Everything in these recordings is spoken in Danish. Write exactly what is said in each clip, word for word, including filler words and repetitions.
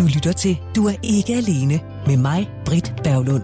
lytter til Du er ikke alene med mig, Britt Berglund.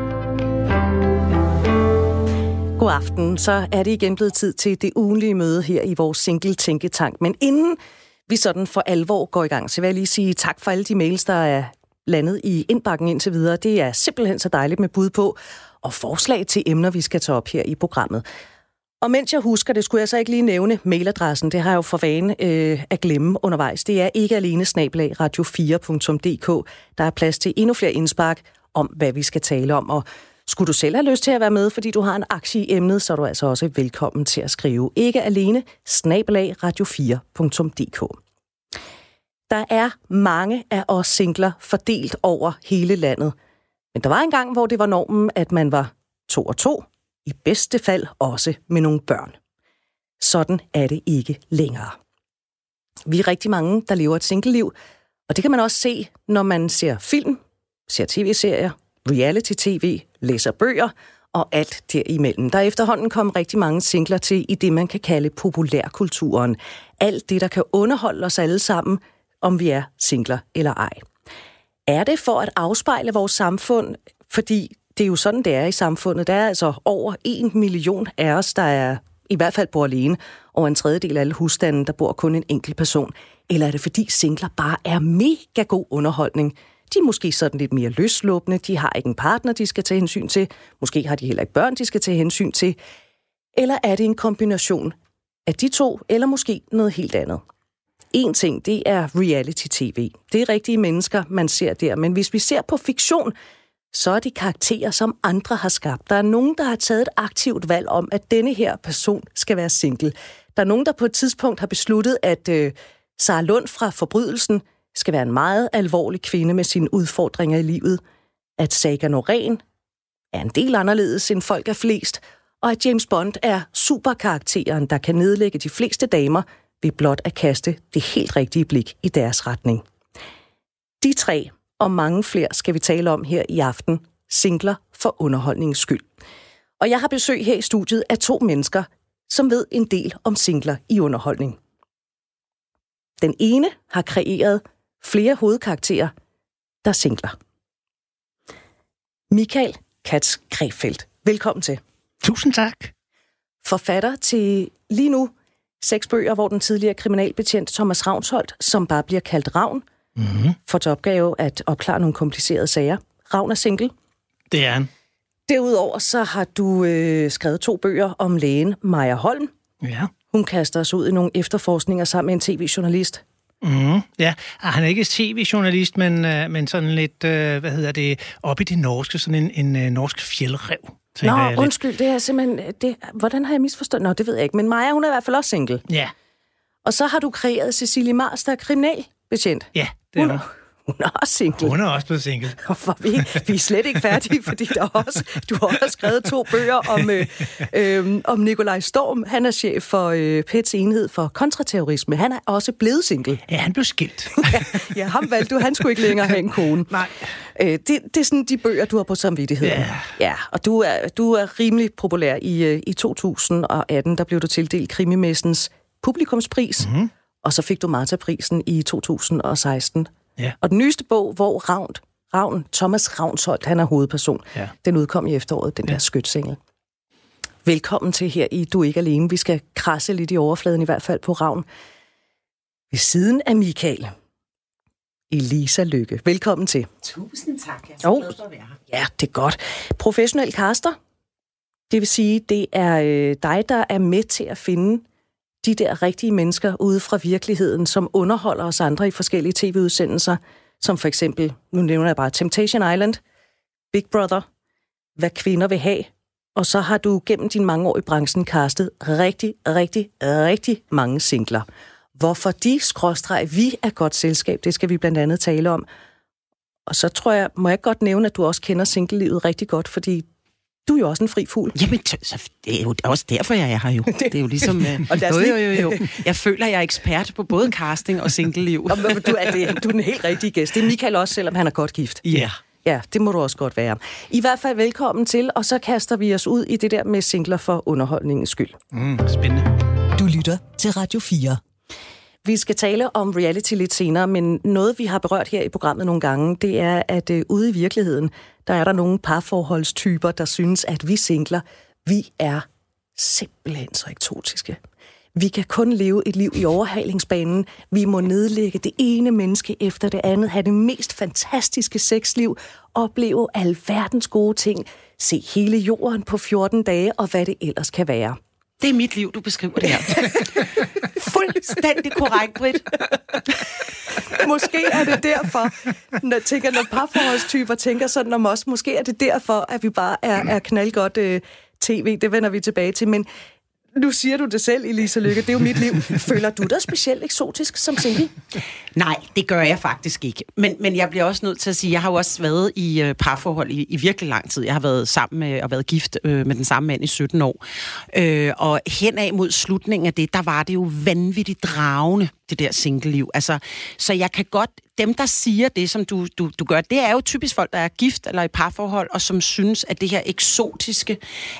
God aften, så er det igen blevet tid til det ugenlige møde her i vores single-tænketank. Men inden vi sådan for alvor går i gang, så vil jeg lige sige tak for alle de mails, der er landet i indbakken indtil videre. Det er simpelthen så dejligt med bud på og forslag til emner, vi skal tage op her i programmet. Og mens jeg husker det, skulle jeg så ikke lige nævne mailadressen. Det har jeg jo for vane øh, at glemme undervejs. Det er ikke alene snabel-a radio fire punktum d k. Der er plads til endnu flere indspark om, hvad vi skal tale om. Og skulle du selv have lyst til at være med, fordi du har en aktie i emnet, så er du altså også velkommen til at skrive ikke alene snabel-a radio fire punktum d k. Der er mange af os singler fordelt over hele landet. Men der var en gang, hvor det var normen, at man var to og to. I bedste fald også med nogle børn. Sådan er det ikke længere. Vi er rigtig mange, der lever et singleliv, og det kan man også se, når man ser film, ser tv-serier, reality-tv, læser bøger og alt derimellem. Der er efterhånden kommet rigtig mange singler til i det, man kan kalde populærkulturen. Alt det, der kan underholde os alle sammen, om vi er singler eller ej. Er det for at afspejle vores samfund, fordi det er jo sådan, det er i samfundet. Der er altså over en million af os, der er i hvert fald bor alene, og en tredjedel af alle husstanden, der bor kun en enkelt person. Eller er det fordi singler bare er mega god underholdning? De er måske sådan lidt mere løsluppende, de har ikke en partner, de skal tage hensyn til. Måske har de heller ikke børn, de skal tage hensyn til. Eller er det en kombination af de to, eller måske noget helt andet? En ting, det er reality-tv. Det er rigtige mennesker, man ser der. Men hvis vi ser på fiktion, så er de karakterer, som andre har skabt. Der er nogen, der har taget et aktivt valg om, at denne her person skal være single. Der er nogen, der på et tidspunkt har besluttet, at øh, Sara Lund fra Forbrydelsen skal være en meget alvorlig kvinde med sine udfordringer i livet. At Saga Norén er en del anderledes end folk er flest. Og at James Bond er superkarakteren, der kan nedlægge de fleste damer ved blot at kaste det helt rigtige blik i deres retning. De tre og mange flere skal vi tale om her i aften. Singler for underholdningens skyld. Og jeg har besøg her i studiet af to mennesker, som ved en del om singler i underholdning. Den ene har kreeret flere hovedkarakterer, der er singler. Michael Katz Krefeldt. Velkommen til. Tusind tak. Forfatter til lige nu seks bøger, hvor den tidligere kriminalbetjent Thomas Ravnsholdt, som bare bliver kaldt Ravn, mm-hmm. får til opgave at opklare nogle komplicerede sager. Ravn er single. Det er han. Derudover så har du øh, skrevet to bøger om lægen Maja Holm. Ja. Hun kaster os ud i nogle efterforskninger sammen med en tv-journalist. Mm, ja, han er ikke tv-journalist, men, øh, men sådan lidt, øh, hvad hedder det, op i det norske, sådan en, en øh, norsk fjeldrev. Nå, undskyld, det er simpelthen, det, hvordan har jeg misforstået? Nå, det ved jeg ikke, men Maja, hun er i hvert fald også single. Ja. Og så har du kreeret Cecilie Mars, der er kriminalbetjent. Ja, det er hun. Hun er også single. Hun er også blevet single. For vi, vi er slet ikke færdige, fordi der også, du har også skrevet to bøger om, øh, øh, om Nikolaj Storm. Han er chef for øh, P E T's enhed for kontraterrorisme. Han er også blevet single. Ja, han blev skilt. ja, ja, ham valgte du. Han skulle ikke længere have en kone. Nej. Øh, det, det er sådan de bøger, du har på samvittighed. Ja. Ja, og du er, du er rimelig populær. I, i to tusind atten, der blev du tildelt Krimimessens publikumspris, mm-hmm. og så fik du Marta-prisen i to tusind og seksten. Ja. Og den nyeste bog, hvor Ravn, Ravn Thomas Ravnsholdt, han er hovedperson, ja. Den udkom i efteråret, den ja. der skytsengel. Velkommen til her i Du er ikke alene. Vi skal krasse lidt i overfladen, i hvert fald på Ravn. Ved siden af Michael, Elisa Lykke. Velkommen til. Tusind tak. Jeg er så glad for at være her. Ja, det er godt. Professionel caster. Det vil sige, det er øh, dig, der er med til at finde de der rigtige mennesker ude fra virkeligheden, som underholder os andre i forskellige tv-udsendelser, som for eksempel, nu nævner jeg bare Temptation Island, Big Brother, Hvad kvinder vil have, og så har du gennem din mange år i branchen castet rigtig, rigtig, rigtig mange singler. Hvorfor de, skråstreg, vi er godt selskab, det skal vi blandt andet tale om. Og så tror jeg, må jeg godt nævne, at du også kender singlelivet rigtig godt, fordi du er jo også en fri fugl. Jamen, så det er jo også derfor, jeg er her jo. Det er jo ligesom... Uh, og jo, jo, jo, jo. Jeg føler, jeg er ekspert på både casting og singleliv. Du er, det, du er en helt rigtig gæst. Det er Michael også, selvom han er godt gift. Ja. Yeah. Ja, det må du også godt være. I hvert fald velkommen til, og så kaster vi os ud i det der med singler for underholdningens skyld. Mm, spændende. Du lytter til Radio fire. Vi skal tale om reality lidt senere, men noget, vi har berørt her i programmet nogle gange, det er, at øh, ude i virkeligheden, der er der nogle parforholdstyper, der synes, at vi singler, vi er simpelthen så eksotiske. Vi kan kun leve et liv i overhalingsbanen. Vi må nedlægge det ene menneske efter det andet, have det mest fantastiske sexliv, opleve alverdens gode ting, se hele jorden på fjorten dage og hvad det ellers kan være. Det er mit liv, du beskriver det her. Fuldstændig korrekt, Britt. Måske er det derfor, når, tænker, når parforholdstyper tænker sådan om os, måske er det derfor, at vi bare er, er knaldgodt øh, tv. Det vender vi tilbage til, men nu siger du det selv, Elisa Lykke, det er jo mit liv. Føler du dig specielt eksotisk som single? Nej, det gør jeg faktisk ikke. Men, men jeg bliver også nødt til at sige, jeg har jo også været i øh, parforhold i, i virkelig lang tid. Jeg har været sammen med og været gift øh, med den samme mand i sytten år. Øh, og henad mod slutningen af det, der var det jo vanvittigt dragende, det der single-liv. Altså, så jeg kan godt, dem der siger det, som du, du, du gør, det er jo typisk folk, der er gift eller i parforhold, og som synes, at det her eksotiske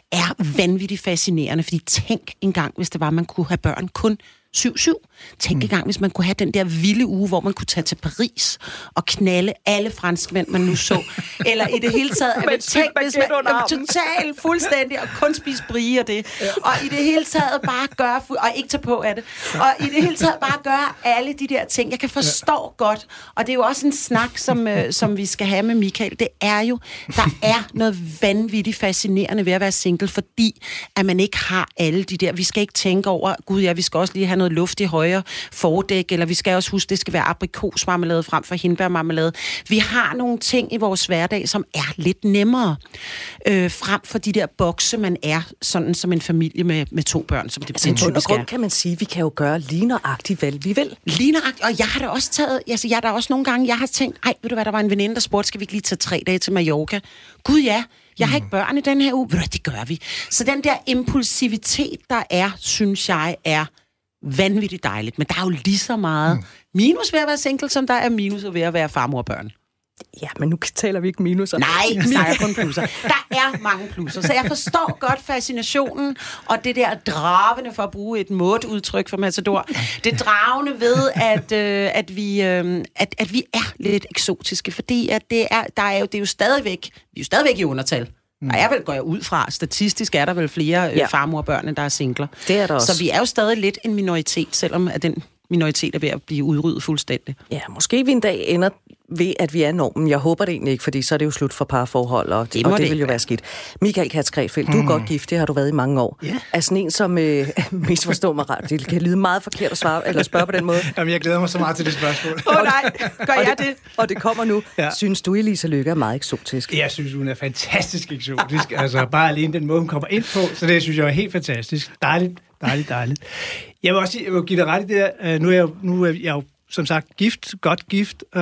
er vanvittigt fascinerende. Fordi tænk engang, hvis det var, man kunne have børn kun syv syv. Tænk engang, hvis man kunne have den der vilde uge, hvor man kunne tage til Paris og knalde alle franskmænd, man nu så. Eller i det hele taget, at man tænk, hvis man totalt fuldstændig og kun spise brie og det. Og i det hele taget bare gøre, og ikke tage på af det. Og i det hele taget bare gøre alle de der ting. Jeg kan forstå godt, og det er jo også en snak, som, øh, som vi skal have med Michael. Det er jo, der er noget vanvittigt fascinerende ved at være single, fordi at man ikke har alle de der, vi skal ikke tænke over, gud ja, vi skal også lige have noget luft i højre fordæk, eller vi skal også huske, det skal være aprikosmarmelade frem for hindbærmarmelade. Vi har nogle ting i vores hverdag, som er lidt nemmere øh, frem for de der bokse, man er sådan som en familie med, med to børn, som det altså, typisk er. Kan man sige, vi kan jo gøre lige nøjagtigt, hvad vi vil. Lige nøjagtigt, og jeg har da også taget, altså jeg har da også nogle gange, jeg har tænkt, ej, ved du hvad, der var en veninde, der spurgte, skal vi ikke lige tage tre dage til Mallorca? Gud ja, jeg har ikke børn i den her uge. Ved du, det gør vi. Så den der impulsivitet, der er, synes jeg, er vanvittigt dejligt. Men der er jo lige så meget minus ved at være single, som der er minus ved at være farmor og børn. Ja, men nu taler vi ikke minuser. Nej, jeg snakker kun plusser. Der er mange plusser, så jeg forstår godt fascinationen, og det der dragende, for at bruge et mode-udtryk for Matador, det dragende ved, at, øh, at, vi, øh, at, at vi er lidt eksotiske, fordi at det, er, der er jo, det er jo stadigvæk, vi er jo stadigvæk i undertal. Der er vel, går jeg ud fra, statistisk er der vel flere ja. øh, farmor-børn, der er singler. Det er der også. Så vi er jo stadig lidt en minoritet, selvom at den minoritet er ved at blive udryddet fuldstændig. Ja, måske vi en dag ender ved, at vi er normen. Jeg håber det egentlig ikke, fordi så er det jo slut for parforhold, og det, og det, det vil jo være skidt. Michael Katz-Krefeld, du er mm. godt gift, det har du været i mange år. Yeah. Er sådan en, som øh, mest forstår mig ret. Det kan lyde meget forkert at svare, eller spørge på den måde. Jamen, jeg glæder mig så meget til det spørgsmål. Åh oh, nej, gør jeg det? Og det kommer nu. Ja. Synes du, Elisa Lykke er meget eksotisk? Jeg synes, hun er fantastisk eksotisk. Altså, bare alene den måde, hun kommer ind på, så det synes jeg er helt fantastisk. Dejligt, dejligt, dejligt. Jeg vil også sige, jeg vil give dig ret i det der. Nu er jeg, nu er jeg jo som sagt gift, godt gift. Øh,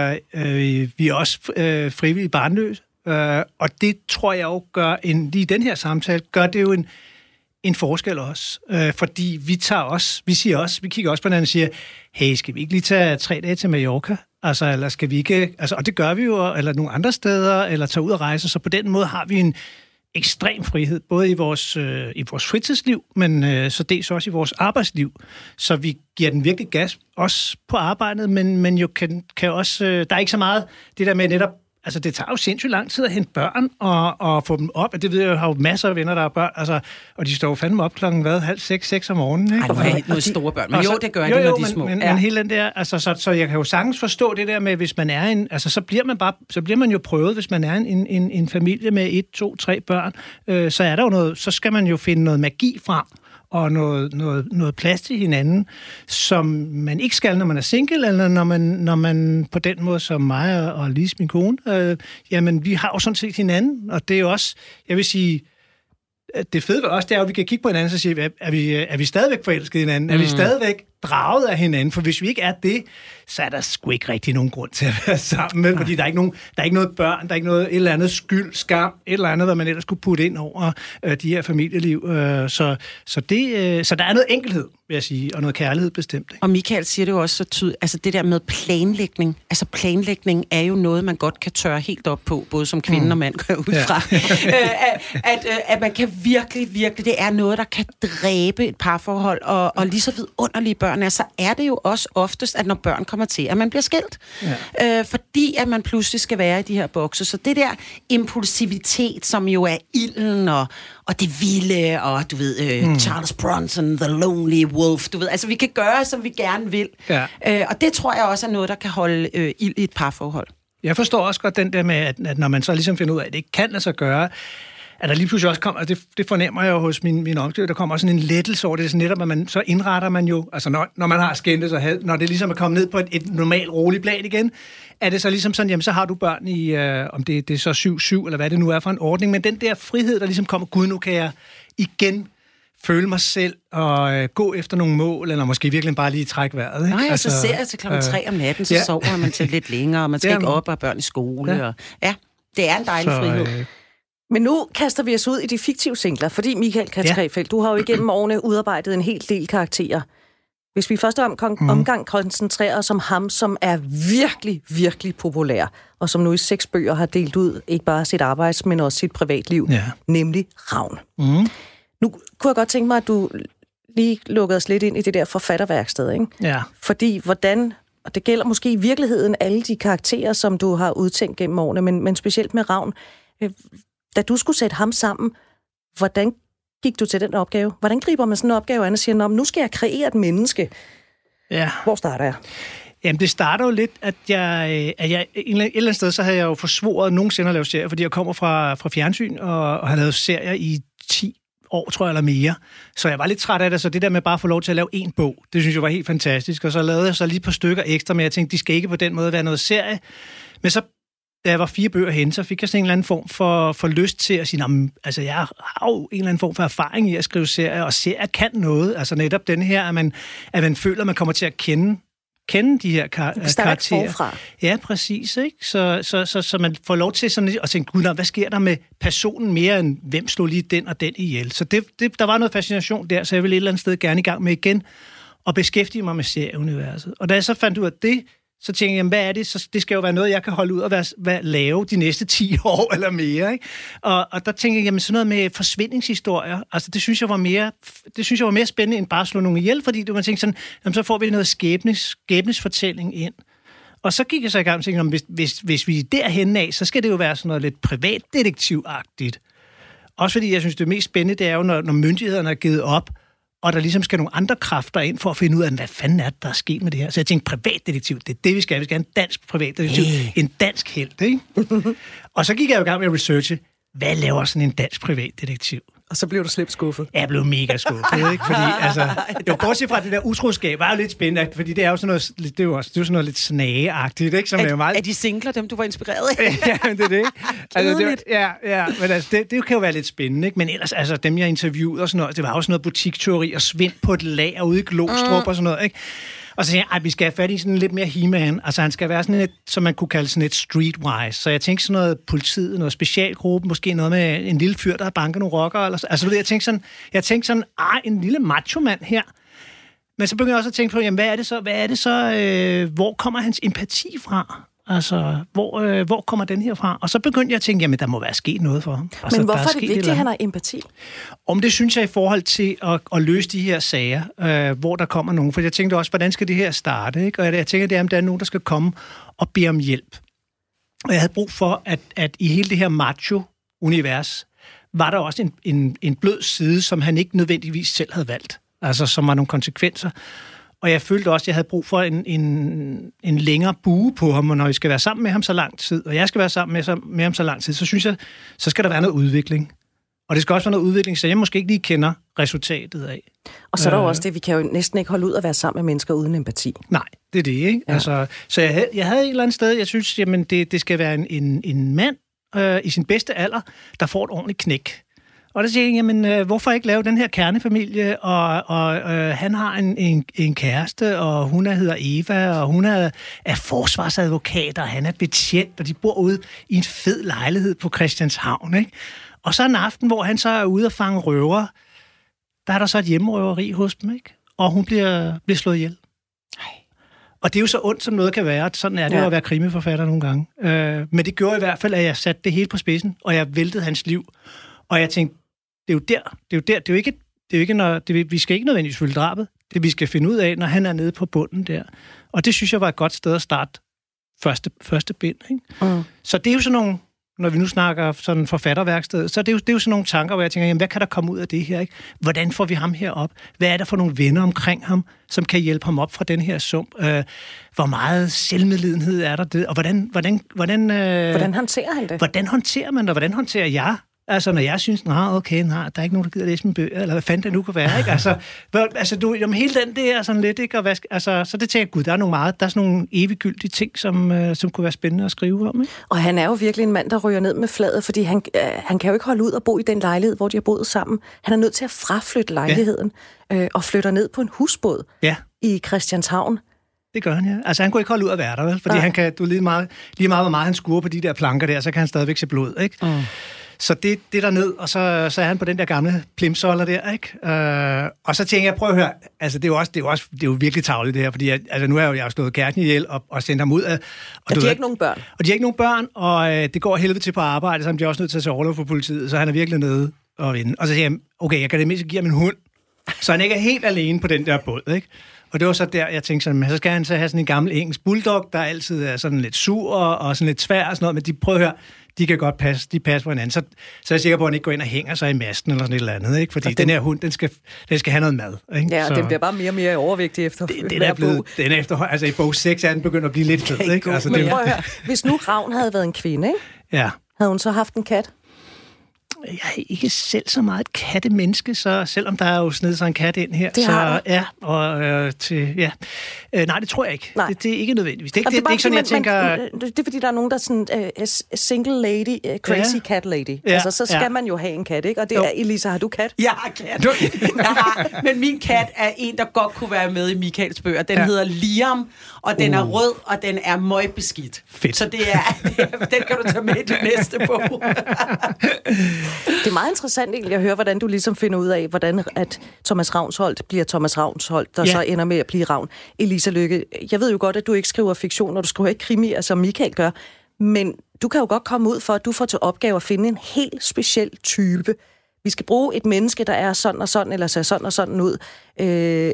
øh, vi er også øh, frivillige barnløse. Øh, og det tror jeg jo gør, en, lige i den her samtale, gør det jo en, en forskel også. Øh, fordi vi tager også, vi siger også, vi kigger også på hinanden og siger, hey, skal vi ikke lige tage tre dage til Mallorca? Altså, eller skal vi ikke, altså, og det gør vi jo, eller nogle andre steder, eller tage ud og rejse. Så på den måde har vi en ekstrem frihed, både i vores, øh, i vores fritidsliv, men øh, så dels også i vores arbejdsliv. Så vi giver den virkelig gas, også på arbejdet, men, men jo kan, kan også, øh, der er ikke så meget det der med netop, altså det tager jo sindssygt lang tid at hente børn og, og få dem op, og det ved jeg, jeg har jo masser af venner, der har børn, altså, og de står jo fandme op klokken, hvad, halv seks, seks om morgenen, ikke? Ej, du har ikke noget store børn, men jo, det gør de, når de er små. Men, ja. men hele den der, altså, så, så jeg kan jo sagtens forstå det der med, hvis man er en, altså, så bliver man bare, så bliver man jo prøvet, hvis man er en, en, en familie med et, to, tre børn, øh, så er der jo noget, så skal man jo finde noget magi frem, og noget, noget, noget plads til hinanden, som man ikke skal, når man er single, eller når man, når man på den måde, som mig og Lise, min kone, øh, jamen, vi har jo sådan set hinanden, og det er jo også, jeg vil sige, det fede også, det er jo, at vi kan kigge på hinanden og sige, er, er, vi, er vi stadigvæk forelskede hinanden? Mm. Er vi stadigvæk draget af hinanden? For hvis vi ikke er det, så er der sgu ikke rigtig nogen grund til at være sammen med, fordi der er ikke, nogen, der er ikke noget børn, der er ikke noget et eller andet skyld, skam, et eller andet, hvad man ellers kunne putte ind over øh, de her familieliv. Øh, så, så, det, øh, så der er noget enkelhed, vil jeg sige, og noget kærlighed bestemt. Ikke? Og Michael siger det jo også så tydeligt, altså det der med planlægning, altså planlægning er jo noget, man godt kan tørre helt op på, både som kvinde mm. og mand går ud fra. Ja. at, at, at man kan virkelig, virkelig, det er noget, der kan dræbe et parforhold, og, og lige så vidunderlige børn børn er, så er det jo også oftest, at når børn kommer til, at man bliver skilt. Ja. Øh, fordi at man pludselig skal være i de her bokse. Så det der impulsivitet, som jo er ilden og, og det vilde, og du ved, øh, mm. Charles Bronson, The Lonely Wolf, du ved, altså vi kan gøre, som vi gerne vil. Ja. Øh, og det tror jeg også er noget, der kan holde øh, ild i et parforhold. Jeg forstår også godt den der med, at, at når man så ligesom finder ud af, at det ikke kan lade sig gøre, at der lige pludselig også kommer, og det, det fornemmer jeg jo hos min, min omgivelser, der kommer også sådan en lettelse over det, så netop, at man, så indretter man jo, altså når, når man har skændtes og had, når det ligesom er kommet ned på et, et normalt roligt plan igen, er det så ligesom sådan, jamen så har du børn i, øh, om det, det er så syv syv, eller hvad det nu er for en ordning, men den der frihed, der ligesom kommer, gud, nu kan jeg igen føle mig selv og øh, gå efter nogle mål, eller måske virkelig bare lige trække vejret. Ikke? Nej, altså, så ser jeg til klokken tre om natten, så ja. sover man til lidt længere, og man skal ikke op og børn i skole. Ja, og, ja det er en dejlig så, frihed. Øh, Men nu kaster vi os ud i de fiktive singler, fordi Michael Katz-Krefeldt, ja. du har jo igennem årene udarbejdet en hel del karakterer. Hvis vi første omgang, mm. omgang koncentrerer os om ham, som er virkelig, virkelig populær, og som nu i seks bøger har delt ud ikke bare sit arbejds, men også sit privatliv, ja. nemlig Ravn. Mm. Nu kunne jeg godt tænke mig, at du lige lukkede os lidt ind i det der forfatterværksted, ikke? Ja. Fordi hvordan, og det gælder måske i virkeligheden alle de karakterer, som du har udtænkt gennem årene, men, men specielt med Ravn, da du skulle sætte ham sammen, hvordan gik du til den opgave? Hvordan griber man sådan en opgave an og siger, nu skal jeg kreere et menneske? Ja. Hvor starter jeg? Jamen, det starter jo lidt, at jeg, at jeg et eller andet sted, så havde jeg jo forsvoret nogensinde at lave serier, fordi jeg kommer fra, fra fjernsyn og, og har lavet serier i ti år, tror jeg, eller mere. Så jeg var lidt træt af det, så det der med bare at få lov til at lave en bog, det synes jeg var helt fantastisk. Og så lavede jeg så lige et par stykker ekstra, men jeg tænkte, de skal ikke på den måde være noget serie. Men så da jeg var fire bøger hen, så fik jeg sådan en eller anden form for, for lyst til at sige, altså jeg har jo en eller anden form for erfaring i at skrive serier, og serier kan noget. Altså netop den her, at man, at man føler, at man kommer til at kende, kende de her kar- karakterer. Forfra. Ja, præcis. Ikke? Så, så, så, så man får lov til sådan at tænke, gud, hvad sker der med personen mere end, hvem slog lige den og den ihjel? Så det, det, der var noget fascination der, så jeg ville et eller andet sted gerne i gang med igen og beskæftige mig med serieuniverset. Og da jeg så fandt ud af det, så tænkte jeg, jamen, hvad er det? Så det skal jo være noget, jeg kan holde ud og være, være, lave de næste ti år eller mere. Ikke? Og, og der tænkte jeg, jamen sådan noget med forsvindingshistorier, altså det synes jeg var mere, det synes jeg var mere spændende end bare at slå nogen ihjel, fordi det, man tænkte sådan, jamen, så får vi noget skæbnes, skæbnesfortælling ind. Og så gik jeg så i gang og tænkte, hvis, hvis, hvis vi er derhenne af, så skal det jo være sådan noget lidt privatdetektivagtigt. Også fordi jeg synes, det mest spændende, det er jo, når, når myndighederne er givet op, og der ligesom skal nogle andre kræfter ind for at finde ud af, hvad fanden er det, der er sket med det her. Så jeg tænkte, privatdetektiv, det er det, vi skal. Vi skal have en dansk privatdetektiv. Hey. En dansk helt, ikke? Og så gik jeg jo i gang med at researche, hvad laver sådan en dansk privatdetektiv? Og så blev du slipt skuffet. Jeg blev mega skuffet, ikke? Fordi, altså, jo, bortset fra det der utroskab, var jo lidt spændende, fordi det er jo sådan noget, det er jo også, det er jo sådan noget lidt snageagtigt, ikke? Som er, er, jo meget... er de singler, dem du var inspireret af? Ja, det er det. Altså, det ja, ja, men altså, det, det kan jo være lidt spændende, ikke? Men ellers, altså, dem jeg interviewede og sådan noget, det var jo sådan noget butikteori og svind på et lager ude i Glostrup mm. og sådan noget, ikke? Og så siger jeg, at vi skal have fat i sådan lidt mere He-Man. Altså han skal være sådan et, som man kunne kalde sådan et streetwise. Så jeg tænkte sådan noget politiet, noget specialgruppe, måske noget med en lille fyr, der har banket nogle rockere. Eller så. Altså jeg tænkte sådan, jeg tænkte sådan, ah, en lille macho-mand her. Men så begyndte jeg også at tænke på, jamen hvad er det så, hvad er det så, øh, hvor kommer hans empati fra? Altså, hvor, øh, hvor kommer den her fra? Og så begyndte jeg at tænke, jamen der må være sket noget for ham. Altså, men hvorfor er, er det vigtigt, at han har empati? Om det synes jeg i forhold til at, at løse de her sager, øh, hvor der kommer nogen. For jeg tænkte også, hvordan skal det her starte? Ikke? Og jeg, jeg tænker, det er, om der er nogen, der skal komme og bede om hjælp. Og jeg havde brug for, at, at i hele det her macho-univers, var der også en, en, en blød side, som han ikke nødvendigvis selv havde valgt. Altså, som var nogle konsekvenser. Og jeg følte også, at jeg havde brug for en, en, en længere bue på ham, og når vi skal være sammen med ham så lang tid, og jeg skal være sammen med, med ham så lang tid, så synes jeg, så skal der være noget udvikling. Og det skal også være noget udvikling, så jeg måske ikke lige kender resultatet af. Og så er der jo også det, vi kan jo næsten ikke holde ud at være sammen med mennesker uden empati. Nej, det er det, ikke? Ja. Altså, så jeg havde, jeg havde et eller andet sted, jeg synes, jamen, det, det skal være en, en, en mand øh, i sin bedste alder, der får et ordentligt knæk. Og der siger jeg, jamen, øh, hvorfor ikke lave den her kernefamilie, og, og øh, han har en, en, en kæreste, og hun er, hedder Eva, og hun er, er forsvarsadvokat, og han er betjent, og de bor ude i en fed lejlighed på Christianshavn, ikke? Og så en aften, hvor han så er ude og fange røver, der er der så et hjemmerøveri hos dem, ikke? Og hun bliver, bliver slået ihjel. Og det er jo så ondt, som noget kan være. Sådan er det ja. jo at være krimiforfatter nogle gange. Øh, men det gjorde i hvert fald, at jeg satte det hele på spidsen, og jeg væltede hans liv. Og jeg tænkte, det er jo der, det er jo der, det er jo ikke, det er jo ikke når, det, vi skal ikke nødvendigvis følge drabet. det vi skal finde ud af, når han er nede på bunden der. Og det synes jeg var et godt sted at starte første, første bind. Ikke? Mm. Så det er jo sådan nogle, når vi nu snakker sådan forfatterværksted, så det er, jo, det er jo sådan nogle tanker, hvor jeg tænker, jamen, hvad kan der komme ud af det her? Ikke? Hvordan får vi ham herop? Hvad er der for nogle venner omkring ham, som kan hjælpe ham op fra den her sump? Øh, hvor meget selvmedlidenhed er der det? Og hvordan... Hvordan, hvordan, øh, hvordan håndterer han det? Hvordan håndterer man det? Og hvordan håndterer jeg? Altså, når jeg synes, nej, okay, nej, der er ikke nogen, der gider læse min bøger, eller hvad fanden det nu kan være, ikke? Altså, hvor, altså du, jamen, hele den der sådan lidt, ikke? Og hvad, altså, så det tænker jeg, gud, der er nogle meget, der er sådan nogle eviggyldige ting, som, øh, som kunne være spændende at skrive om, ikke? Og han er jo virkelig en mand, der ryger ned med fladet, fordi han, øh, han kan jo ikke holde ud og bo i den lejlighed, hvor de har boet sammen. Han er nødt til at fraflytte lejligheden, ja. øh, og flytter ned på en husbåd ja. i Christianshavn. Det gør han, ja. Altså, han kunne ikke holde ud at være der, vel? Fordi ja. han kan, du lige meget, lige meget, hvor meget han skuer på de der planker der, så kan han stadigvæk se blod, ikke? Mm. Så det, det der ned, og så, så er han på den der gamle plimsoller der, ikke? Øh, og så tænker jeg, prøv at høre, altså det er jo også, det er jo, også, det er jo virkelig tarveligt det her, fordi jeg, altså nu er jeg jo, jeg har slået kæresten ihjel og, og sendt ham ud af... Og de har ikke nogen børn. Og de har ikke nogen børn, og øh, det går helvede til på arbejde, så de er også nødt til at tage overlov for politiet, så han er virkelig nede og vinde. Og så siger jeg, okay, jeg kan det mindst give ham en hund, så han ikke er helt alene på den der båd, ikke? Og det var så der, jeg tænkte sådan, så skal han så have sådan en gammel engelsk bulldog, der altid er sådan lidt sur og sådan lidt svær og sådan noget, men de prøver at høre, de kan godt passe, de passer på hinanden. Så, så er jeg sikker på, at han ikke går ind og hænger sig i masten eller sådan et eller andet, ikke? Fordi den, den her hund, den skal, den skal have noget mad, ikke? Ja, og så, den bliver bare mere og mere overvægtig efter det, den er blevet, den er efter, altså i bog seks er den begyndt at blive lidt fed, ikke? Altså, men det, prøv at høre, hvis nu Ravn havde været en kvinde, ikke? Ja. Havde hun så haft en kat? Jeg er ikke selv så meget et kattemenneske, så selvom der er jo snedet sig en kat ind her, det så ja, og øh, til, ja. Øh, nej, det tror jeg ikke. Det, det er ikke nødvendigvis. Det er ikke, det, det, det er ikke sådan, jeg tænker... Men, det er fordi, der er nogen, der er sådan uh, single lady, uh, crazy ja. cat lady. Ja. Altså, så skal ja. man jo have en kat, ikke? Og det jo. er, Elisa, har du kat? Jeg har kat. jeg har, men min kat er en, der godt kunne være med i Michaels bøger. Den ja. hedder Liam, og den uh. er rød, og den er møgbeskidt. Fedt. Så det er, det er, den kan du tage med i din næste bog. Det er meget interessant egentlig at høre, hvordan du ligesom finder ud af, hvordan at Thomas Ravnsholdt bliver Thomas Ravnsholdt, der ja. så ender med at blive Ravn. Elisa Lykke, jeg ved jo godt, at du ikke skriver fiktion, og du skriver ikke krimier, som Michael gør, men du kan jo godt komme ud for, at du får til opgave at finde en helt speciel type. Vi skal bruge et menneske, der er sådan og sådan, eller ser sådan og sådan ud. Øh,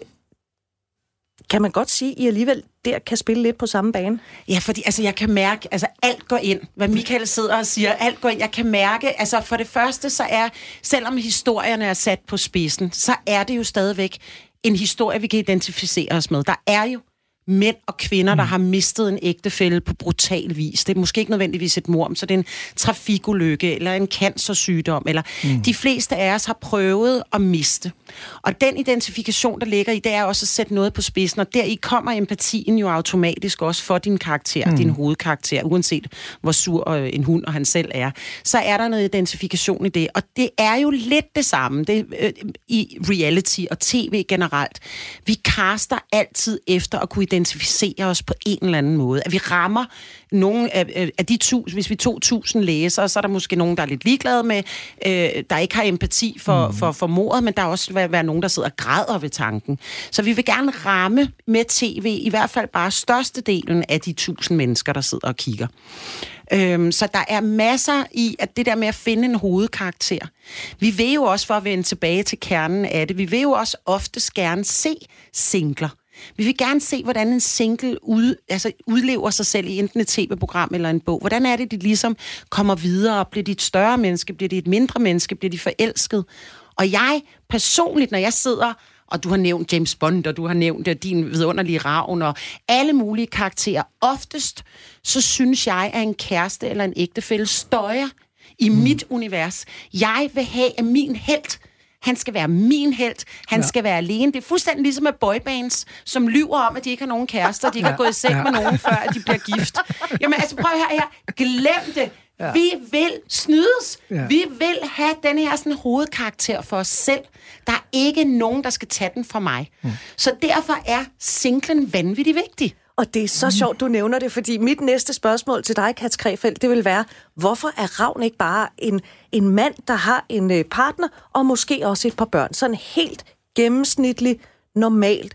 kan man godt sige, at I alligevel der kan spille lidt på samme bane? Ja, fordi altså, jeg kan mærke, altså alt går ind. Hvad Michael sidder og siger, alt går ind. Jeg kan mærke, altså for det første, så er, selvom historierne er sat på spidsen, så er det jo stadigvæk en historie, vi kan identificere os med. Der er jo mænd og kvinder, der har mistet en ægtefælle på brutal vis. Det er måske ikke nødvendigvis et mord, så det er en trafikulykke, eller en cancersygdom, eller mm. de fleste af os har prøvet at miste. Og den identifikation, der ligger i, det er også at sætte noget på spidsen, og deri kommer empatien jo automatisk også for din karakter, mm. din hovedkarakter, uanset hvor sur en hund og han selv er. Så er der noget identifikation i det, og det er jo lidt det samme det, øh, i reality og tv generelt. Vi caster altid efter at kunne identificere os på en eller anden måde. At vi rammer nogle af, af de tusind, hvis vi tog tusind læsere, så er der måske nogen, der er lidt ligeglade med, øh, der ikke har empati for, mm. for, for mordet, men der er også være, være nogen, der sidder og græder ved tanken. Så vi vil gerne ramme med tv, i hvert fald bare størstedelen af de tusind mennesker, der sidder og kigger. Øhm, så der er masser i, at det der med at finde en hovedkarakter. Vi vil jo også, for at vende tilbage til kernen af det, vi vil jo også oftest gerne se singler. Vi vil gerne se, hvordan en single ud, altså udlever sig selv i enten et tv-program eller en bog. Hvordan er det, de ligesom kommer videre? Bliver de et større menneske? Bliver de et mindre menneske? Bliver de forelsket? Og jeg personligt, når jeg sidder, og du har nævnt James Bond, og du har nævnt din vidunderlige Ravn, og alle mulige karakterer, oftest, så synes jeg, at en kæreste eller en ægtefælle støjer i mm. mit univers. Jeg vil have, at min helt han skal være min helt. Han ja. skal være alene. Det er fuldstændig ligesom med boybands, som lyver om, at de ikke har nogen kærester. De ikke har gået i seng ja. med nogen, før at de bliver gift. Jamen altså, prøv her her. Glem det. Ja. Vi vil snydes. Ja. Vi vil have den her sådan hovedkarakter for os selv. Der er ikke nogen, der skal tage den fra mig. Mm. Så derfor er singlen vanvittigt vigtig. Og det er så sjovt, du nævner det, fordi mit næste spørgsmål til dig, Kats Krefeld, det vil være, hvorfor er Ravn ikke bare en, en mand, der har en øh, partner, og måske også et par børn? Sådan en helt gennemsnitlig, normalt,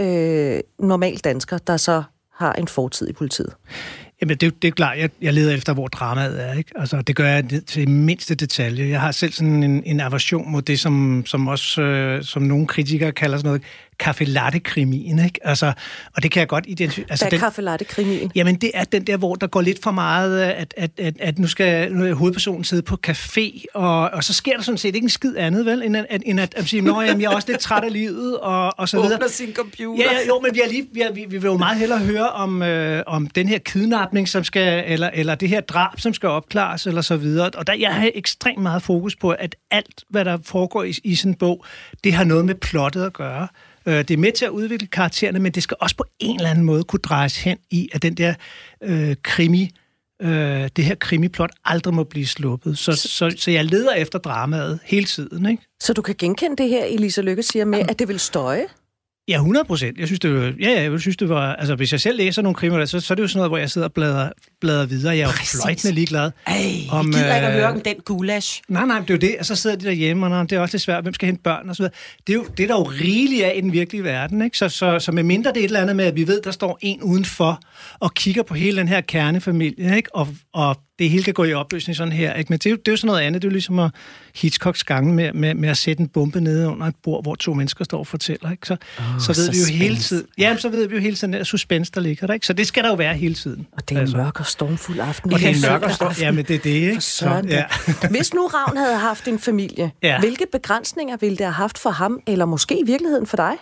øh, normal dansker, der så har en fortid i politiet. Jamen, det, det er klart. Jeg, jeg leder efter, hvor dramaet er, ikke? Altså, det gør jeg til mindste detalje. Jeg har selv sådan en, en aversion mod det, som, som også, øh, som nogle kritikere kalder sådan noget kaffe latte-krimien, ikke? Altså, og det kan jeg godt identificere. Altså, Hvad er kaffe latte-krimien? Jamen, det er den der, hvor der går lidt for meget, at, at, at, at nu skal nu er hovedpersonen sidde på café, og, og så sker der sådan set ikke en skid andet, vel, end at, end at, at sige, nå, jamen, jeg er også lidt træt af livet, og, og så videre. Åbner sin computer. Ja, ja, jo, men vi, er lige, vi, er, vi, vi vil jo meget hellere høre om, øh, om den her kidnapning, som skal, eller, eller det her drab, som skal opklares, eller så videre. Og der jeg har ekstremt meget fokus på, at alt, hvad der foregår i, i sådan en bog, det har noget med plottet at gøre. Det er med til at udvikle karaktererne, men det skal også på en eller anden måde kunne drejes hen i, at den der øh, krimi, øh, det her krimiplot aldrig må blive sluppet. Så, så, så jeg leder efter dramaet hele tiden, ikke? Så du kan genkende det her, Elisa Lykke siger med, at det vil støje? Ja, hundrede procent. Jeg synes, det var, ja, ja, jeg synes, det var... Altså, hvis jeg selv læser nogle krimier, så, så er det jo sådan noget, hvor jeg sidder og bladrer, bladrer videre. Jeg er jo fløjtende ligeglad. Ej, om, jeg gider ikke at høre om den gulasch. Nej, nej, det er jo det. Og så sidder de derhjemme, og det er også lidt svært. Hvem skal hente børn og så videre. Det er jo det, er der jo rigeligt af i den virkelige verden, ikke? Så, så, så med mindre det er et eller andet med, at vi ved, der står en udenfor og kigger på hele den her kernefamilie, ikke? Og, og det hele kan gå i opløsning sådan her, ikke? Men det er, jo, det er jo sådan noget andet. Det er jo ligesom at Hitchcocks gange med, med, med at sætte en bombe nede under et bord, hvor to mennesker står og fortæller, ikke? Så, oh, så ved så vi jo hele tiden... Ja, så ved vi jo hele tiden, der suspense, der ligger der, ikke? Så det skal der jo være hele tiden. Og det er en altså. mørk og stormfuld aften. Og det er en mørk og storm... Ja, men det er det, ikke? Så, ja. Hvis nu Ravn havde haft en familie, ja. hvilke begrænsninger ville det have haft for ham, eller måske i virkeligheden for dig?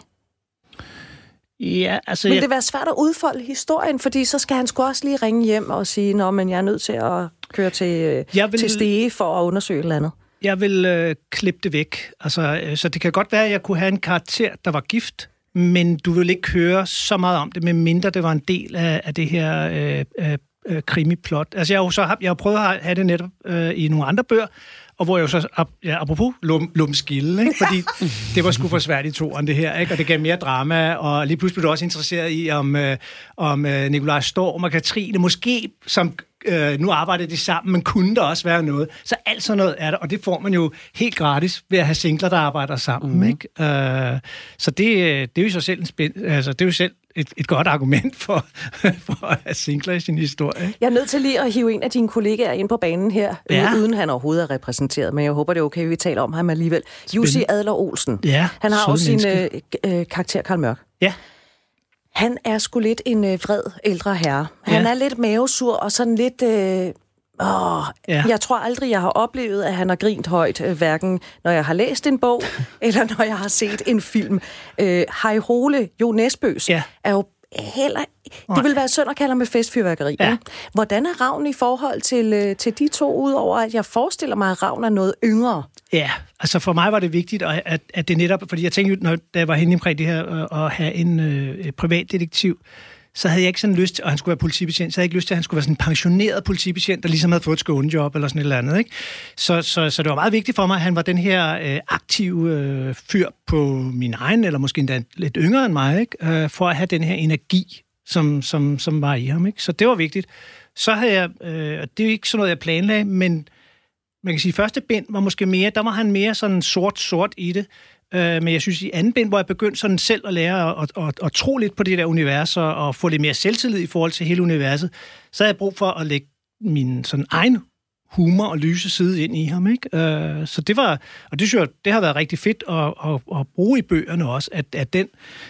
Ja, altså... Vil jeg... det være svært at udfolde historien, fordi så skal han sgu også lige ringe hjem og sige, nå, men jeg er nødt til at køre til, vil... til Stege for at undersøge et eller andet? Jeg vil øh, klippe det væk. Altså, øh, så det kan godt være, at jeg kunne have en karakter, der var gift, men du vil ikke høre så meget om det, medmindre det var en del af, af det her øh, øh, krimiplot. Altså, jeg har jo så har, jeg har prøvet at have det netop øh, i nogle andre bøger, og hvor jeg jo så, ja, apropos lum, lumskilde, ikke? Fordi det var sgu for svært i toeren, det her, ikke? Og det gav mere drama, og lige pludselig blev du også interesseret i, om, øh, om øh, Nikolaj Storm og Katrine, måske som øh, nu arbejder de sammen, men kunne der også være noget. Så alt sådan noget er der, og det får man jo helt gratis ved at have singler, der arbejder sammen, mm. ikke? Øh, så det, det er jo så selv en spænd, altså det er jo selv Et, et godt argument for, for at have singler i sin historie. Jeg er nødt til lige at hive en af dine kollegaer ind på banen her, ja. uden han overhovedet er repræsenteret, men jeg håber, det er okay, vi taler om ham alligevel. Jussi Adler Olsen. Ja, han har også sin øh, øh, karakter, Karl Mørk. Ja. Han er sgu lidt en øh, vred ældre herre. Han ja. er lidt mavesur og sådan lidt... Øh, Åh, ja. Jeg tror aldrig, jeg har oplevet, at han har grint højt, øh, hverken når jeg har læst en bog, eller når jeg har set en film. Øh, Hej Hole, Jo Nesbøs, ja. er jo heller... Det vil være synd at kalde ham med festfyrværkeri. Ja. Hvordan er Ravn i forhold til, øh, til de to, udover at jeg forestiller mig, at Ravn er noget yngre? Ja, altså for mig var det vigtigt, at, at det netop... Fordi jeg tænkte, når da jeg var henne omkring det her, at have en øh, privatdetektiv, så havde jeg ikke sådan lyst til, og han skulle være politibetjent, så havde jeg ikke lyst til, at han skulle være sådan en pensioneret politibetjent, der ligesom havde fået et skånejob eller sådan et eller andet, ikke? Så, så, så det var meget vigtigt for mig, at han var den her øh, aktive øh, fyr på min egen, eller måske endda lidt yngre end mig, ikke? Øh, for at have den her energi, som, som, som var i ham, ikke? Så det var vigtigt. Så havde jeg, øh, og det er jo ikke sådan noget, jeg planlagde, men man kan sige, første bind var måske mere, der var han mere sådan sort-sort i det. Men jeg synes, i anden bind, hvor jeg begyndte sådan selv at lære at, at, at tro lidt på det der univers, og, og få lidt mere selvtillid i forhold til hele universet, så havde jeg brug for at lægge min sådan egen humor og lyse side ind i ham, ikke? Så det var, og det synes jeg, det har været rigtig fedt at, at, at bruge i bøgerne også, at, at den,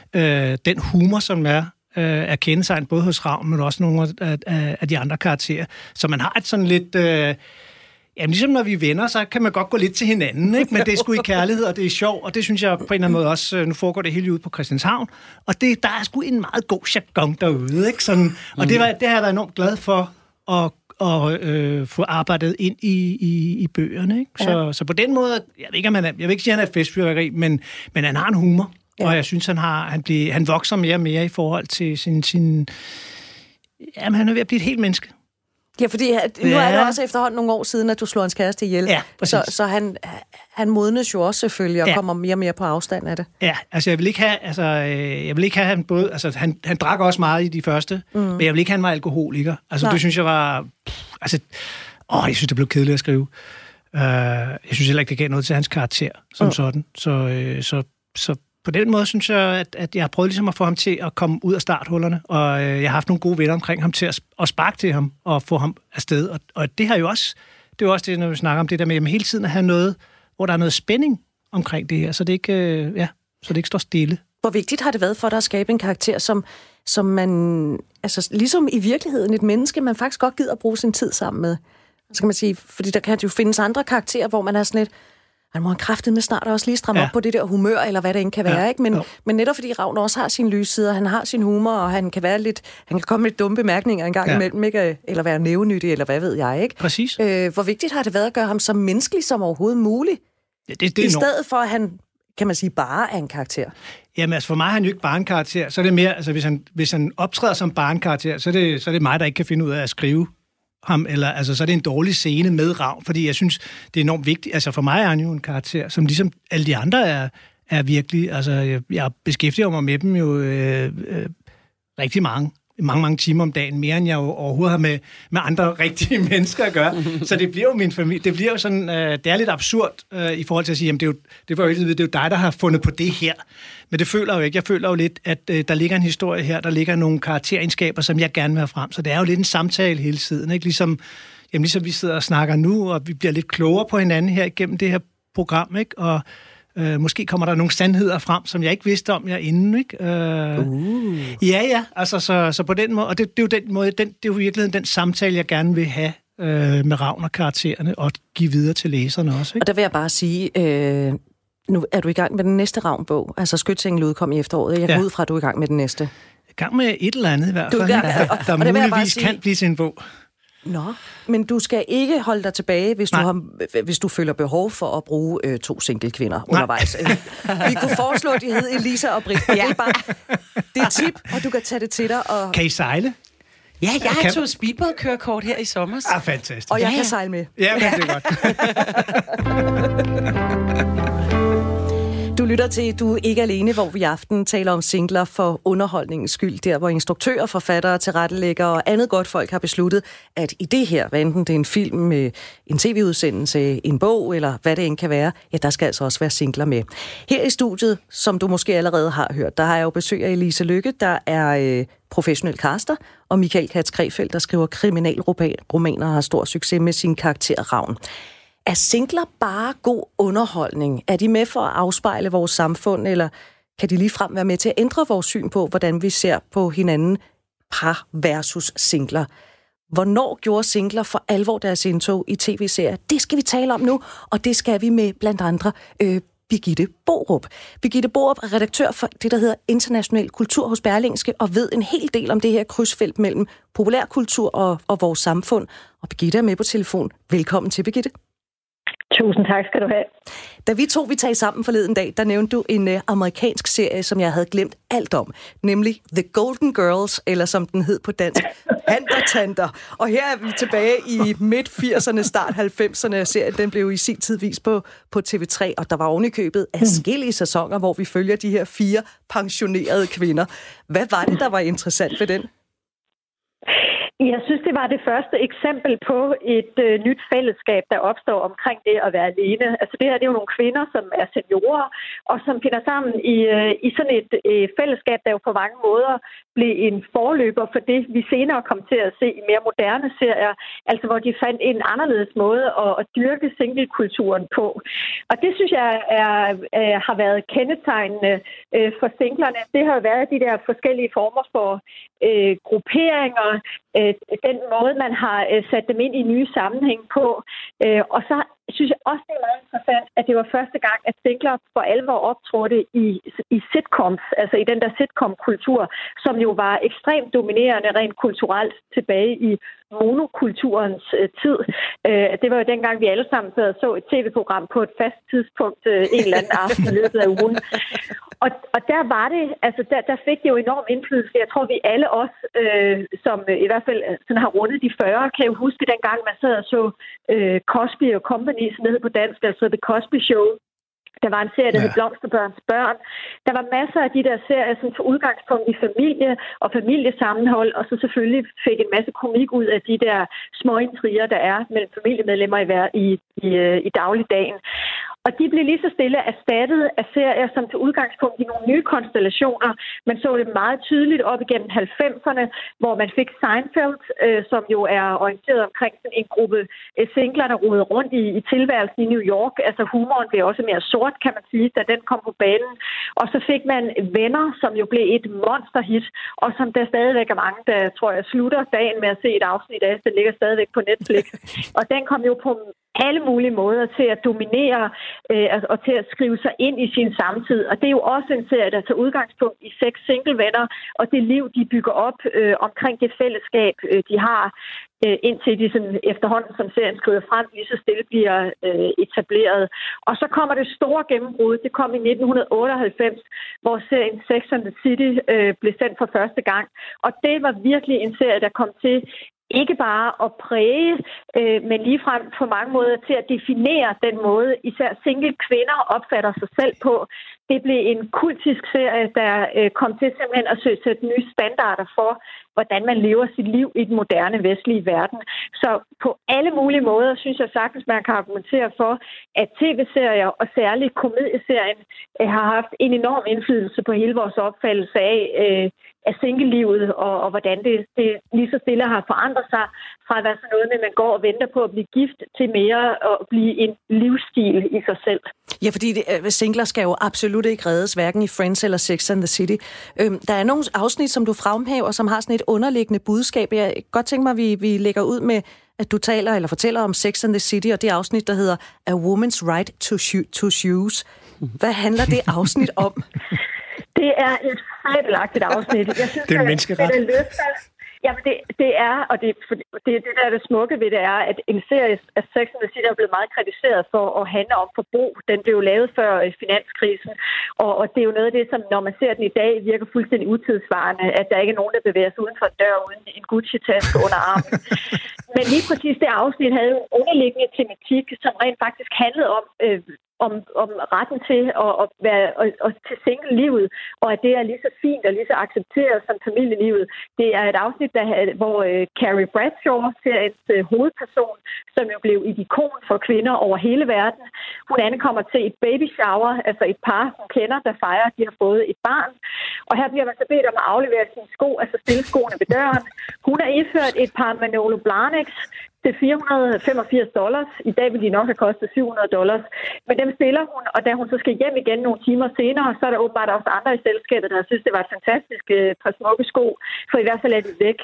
den humor, som er, er kendetegnet både hos Ravn, men også nogle af, af, af de andre karakterer, så man har et sådan lidt... Jamen, ligesom når vi er venner, så kan man godt gå lidt til hinanden, ikke? Men det er sgu i kærlighed, og det er sjov, og det synes jeg på en eller anden måde også, nu foregår det hele ude på Christianshavn, og det, der er sgu en meget god jargon derude, ikke? Sådan, og det, var, det har jeg været enormt glad for at, at øh, få arbejdet ind i, i, i bøgerne, ikke? Så, ja. så på den måde, jeg ved ikke, om han er, jeg vil ikke sige, at han er festfyrværkeri, men, men han har en humor, ja. Og jeg synes, han, har, han, bliver, han vokser mere og mere i forhold til sin... sin jamen, han er ved at blive et helt menneske. Ja, fordi nu ja. er det også efterhånden nogle år siden, at du slår hans kæreste ihjel. Ja, så så han, han modnes jo også selvfølgelig, og ja. kommer mere og mere på afstand af det. Ja, altså jeg vil ikke have, altså, jeg vil ikke have han både, altså han, han drak også meget i de første, mm. men jeg vil ikke have, han var alkoholiker. Altså Nej. det synes jeg var, altså, åh, jeg synes, det blev kedeligt at skrive. Uh, jeg synes heller ikke, det gav noget til hans karakter, som mm. sådan. Så, uh, så, så på den måde synes jeg, at, at jeg har prøvet ligesom at få ham til at komme ud af starthullerne, og øh, jeg har haft nogle gode venner omkring ham til at, at sparke til ham og få ham afsted. Og, og det har jo også, det er jo også det, når vi snakker om det der med, at hele tiden at have noget, hvor der er noget spænding omkring det her, så det ikke, øh, ja, så det ikke står stille. Hvor vigtigt har det været for dig at skabe en karakter, som, som man, altså ligesom i virkeligheden et menneske, man faktisk godt gider at bruge sin tid sammen med? Så kan man sige, fordi der kan jo findes andre karakterer, hvor man er sådan lidt, man må have kraftet med snart også lige stramme ja. op på det der humør, eller hvad det end kan være, ja. ikke? Men, men netop fordi Ravn også har sin lysside, han har sin humor, og han kan være lidt, han kan komme med dumme bemærkninger en gang ja. imellem, ikke? Eller være nævenyttig, eller hvad ved jeg, ikke? Præcis. Øh, hvor vigtigt har det været at gøre ham så menneskelig som overhovedet muligt? Ja, det, det er I stedet for, at han, kan man sige, bare er en karakter. Jamen altså, for mig er han jo ikke bare en karakter, så er det mere, altså hvis han, hvis han optræder som bare en karakter, så er, det, så er det mig, der ikke kan finde ud af at skrive ham, eller altså, så er det en dårlig scene med Ravn, fordi jeg synes, det er enormt vigtigt. Altså for mig er han jo en karakter, som ligesom alle de andre er, er virkelig, altså jeg, jeg beskæftiger mig med dem jo øh, øh, rigtig mange, mange, mange timer om dagen, mere end jeg jo overhovedet har med, med andre rigtige mennesker at gøre. Så det bliver jo min familie, det bliver jo sådan, øh, det er lidt absurd øh, i forhold til at sige, jamen det er jo, det var jo, det er jo dig, der har fundet på det her. Men det føler jeg jo ikke. Jeg føler jo lidt, at øh, der ligger en historie her, der ligger nogle karakteregenskaber, som jeg gerne vil have frem. Så det er jo lidt en samtale hele tiden, ikke? Ligesom, jamen, ligesom vi sidder og snakker nu, og vi bliver lidt klogere på hinanden her igennem det her program, ikke? Og øh, måske kommer der nogle sandheder frem, som jeg ikke vidste om jer inden, ikke? Øh, uh. Ja, ja. Altså, så, så på den måde, og det, det er jo den måde, den, det er jo i virkeligheden den samtale, jeg gerne vil have øh, med Ravn og karaktererne, og give videre til læserne også, ikke? Og der vil jeg bare sige, øh, nu er du i gang med den næste Ravn-bog. Altså Skytsengel udkom i efteråret. Jeg går ja. ud fra, at du er i gang med den næste. Jeg er i gang med et eller andet i hvert fald, du er gang, og, der og muligvis sige, kan blive til en bog. Nå, men du skal ikke holde dig tilbage, hvis, du, har, hvis du føler behov for at bruge øh, to single kvinder undervejs. Vi kunne foreslå, at de hed Elisa og Britt. Ja. Det er bare det er tip, og du kan tage det til dig. Og... Kan I sejle? Ja, jeg har tog speedbådkørekort her i sommer. Ah, fantastisk. Og jeg ja, ja. kan sejle med. Ja, men det er godt. Du lytter til Du er ikke alene, hvor vi i aften taler om singler for underholdningens skyld, der hvor instruktører, forfattere, tilrettelæggere og andet godt folk har besluttet, at i det her, hvad enten det er en film, en tv-udsendelse, en bog eller hvad det end kan være, ja, der skal altså også være singler med. Her i studiet, som du måske allerede har hørt, der har jeg jo besøg af Elise Lykke, der er øh, professionel caster, og Michael Katz Krefeldt, der skriver kriminalromaner og har stor succes med sin karakter Ravn. Er singler bare god underholdning? Er de med for at afspejle vores samfund, eller kan de ligefrem være med til at ændre vores syn på, hvordan vi ser på hinanden, par versus singler? Hvornår gjorde singler for alvor deres indtog i tv-serier? Det skal vi tale om nu, og det skal vi med blandt andre øh, Birgitte Borup. Birgitte Borup er redaktør for det, der hedder International Kultur hos Berlingske, og ved en hel del om det her krydsfelt mellem populærkultur og, og vores samfund. Og Birgitte er med på telefon. Velkommen til, Birgitte. Tusind tak skal du have. Da vi to vi talte sammen forleden dag, der nævnte du en uh, amerikansk serie, som jeg havde glemt alt om, nemlig The Golden Girls, eller som den hed på dansk, Handertanter. Og her er vi tilbage i midt firserne, start halvfemserne. Serien den blev i sin tid vist på, på T V tre, og der var ovenikøbet adskillige sæsoner, hvor vi følger de her fire pensionerede kvinder. Hvad var det, der var interessant ved den? Jeg synes, det var det første eksempel på et øh, nyt fællesskab, der opstår omkring det at være alene. Altså det her, det er jo nogle kvinder, som er seniorer, og som finder sammen i, øh, i sådan et øh, fællesskab, der jo på mange måder blev en forløber for det, vi senere kom til at se i mere moderne serier, altså hvor de fandt en anderledes måde at, at dyrke singlekulturen på. Og det synes jeg er, er, har været kendetegnende øh, for singlerne. Det har været de der forskellige former for øh, grupperinger, øh, den måde, man har øh, sat dem ind i nye sammenhæng på. Øh, og så synes jeg også, det er meget interessant, at det var første gang, at singler for alvor optrådte i, i sitcoms, altså i den der sitcom-kultur, som jo var ekstremt dominerende rent kulturelt tilbage i monokulturens øh, tid. Øh, det var jo dengang, vi alle sammen sad og så et tv-program på et fast tidspunkt øh, en eller anden aften i løbet af ugen. Og, og der var det, altså der, der fik det jo enorm indflydelse. Jeg tror, vi alle os, øh, som øh, i hvert fald sådan har rundet de fyrre, kan jo huske dengang, man sad og så øh, Cosby og Company, som det hed på dansk, altså The Cosby Show. Der var en serie, der ja. hed Blomsterbørns børn. Der var masser af de der serier, som tog udgangspunkt i familie og familiesammenhold, og så selvfølgelig fik en masse komik ud af de der små intriger, der er mellem familiemedlemmer i, i, i, i dagligdagen. Og de blev lige så stille erstattet af serier, som til udgangspunkt i nogle nye konstellationer. Man så det meget tydeligt op igennem halvfemserne, hvor man fik Seinfeld, øh, som jo er orienteret omkring sådan en gruppe øh, singler, der rodede rundt i, i tilværelsen i New York. Altså humoren blev også mere sort, kan man sige, da den kom på banen. Og så fik man Venner, som jo blev et monsterhit, og som der stadigvæk er mange, der tror jeg slutter dagen med at se et afsnit af. Den ligger stadigvæk på Netflix. Og den kom jo på alle mulige måder til at dominere øh, og til at skrive sig ind i sin samtid. Og det er jo også en serie, der tager udgangspunkt i seks singlevenner og det liv, de bygger op øh, omkring det fællesskab, øh, de har, øh, indtil de sådan, efterhånden, som serien skrider frem, lige så stille bliver øh, etableret. Og så kommer det store gennembrud. Det kom i nitten otteoghalvfems, hvor serien Sex and the City øh, blev sendt for første gang. Og det var virkelig en serie, der kom til ikke bare at præge, øh, men ligefrem på mange måder til at definere den måde, især single kvinder opfatter sig selv på. Det blev en kultisk serie, der øh, kom til simpelthen at søge sætte nye standarder for, hvordan man lever sit liv i den moderne vestlige verden. Så på alle mulige måder synes jeg sagtens, man kan argumentere for, at tv-serier og særligt komedieserien øh, har haft en enorm indflydelse på hele vores opfattelse af, øh, af single-livet, og, og hvordan det, det lige så stille har forandret sig fra at være sådan noget med, at man går og venter på at blive gift, til mere at blive en livsstil i sig selv. Ja, fordi det, singler skal jo absolut ikke reddes, hverken i Friends eller Sex and the City. Øhm, der er nogle afsnit, som du fremhæver, som har sådan et underliggende budskab. Jeg kan godt tænke mig, at vi, vi lægger ud med, at du taler eller fortæller om Sex and the City, og det afsnit, der hedder A Woman's Right to, sho- to Choose. Hvad handler det afsnit om? Det er et fabelagtigt afsnit. Jeg synes, det er en menneskeret. Det, det løfter. Jamen, det, det er, og det, det, det der er det smukke ved det er, at en serie af Sex and the City er blevet meget kritiseret for at handle om forbrug. Den blev lavet før finanskrisen, og, og det er jo noget af det, som når man ser den i dag, virker fuldstændig utidsvarende, at der ikke er nogen, der bevæger sig uden for en dør uden en Gucci-taske under armen. Men lige præcis det afsnit havde en underliggende tematik, som rent faktisk handlede om øh, Om, om retten til at, at være og, og til single-livet, og at det er lige så fint og lige så accepteret som familielivet. Det er et afsnit, der, hvor uh, Carrie Bradshaw, seriens uh, hovedperson, som jo blev et ikon for kvinder over hele verden. Hun ankommer til et baby shower, altså et par, som kender, der fejrer, at de har fået et barn. Og her bliver man så bedt om at aflevere sine sko, altså stille skoene ved døren. Hun har indført et par Manolo Blahniks til fire hundrede femogfirs dollars. I dag vil de nok have kostet syv hundrede dollars. Men dem stiller hun, og da hun så skal hjem igen nogle timer senere, så er der åbenbart også andre i selskabet, der synes, det var et fantastisk øh, par smukke sko, for i hvert fald er de væk.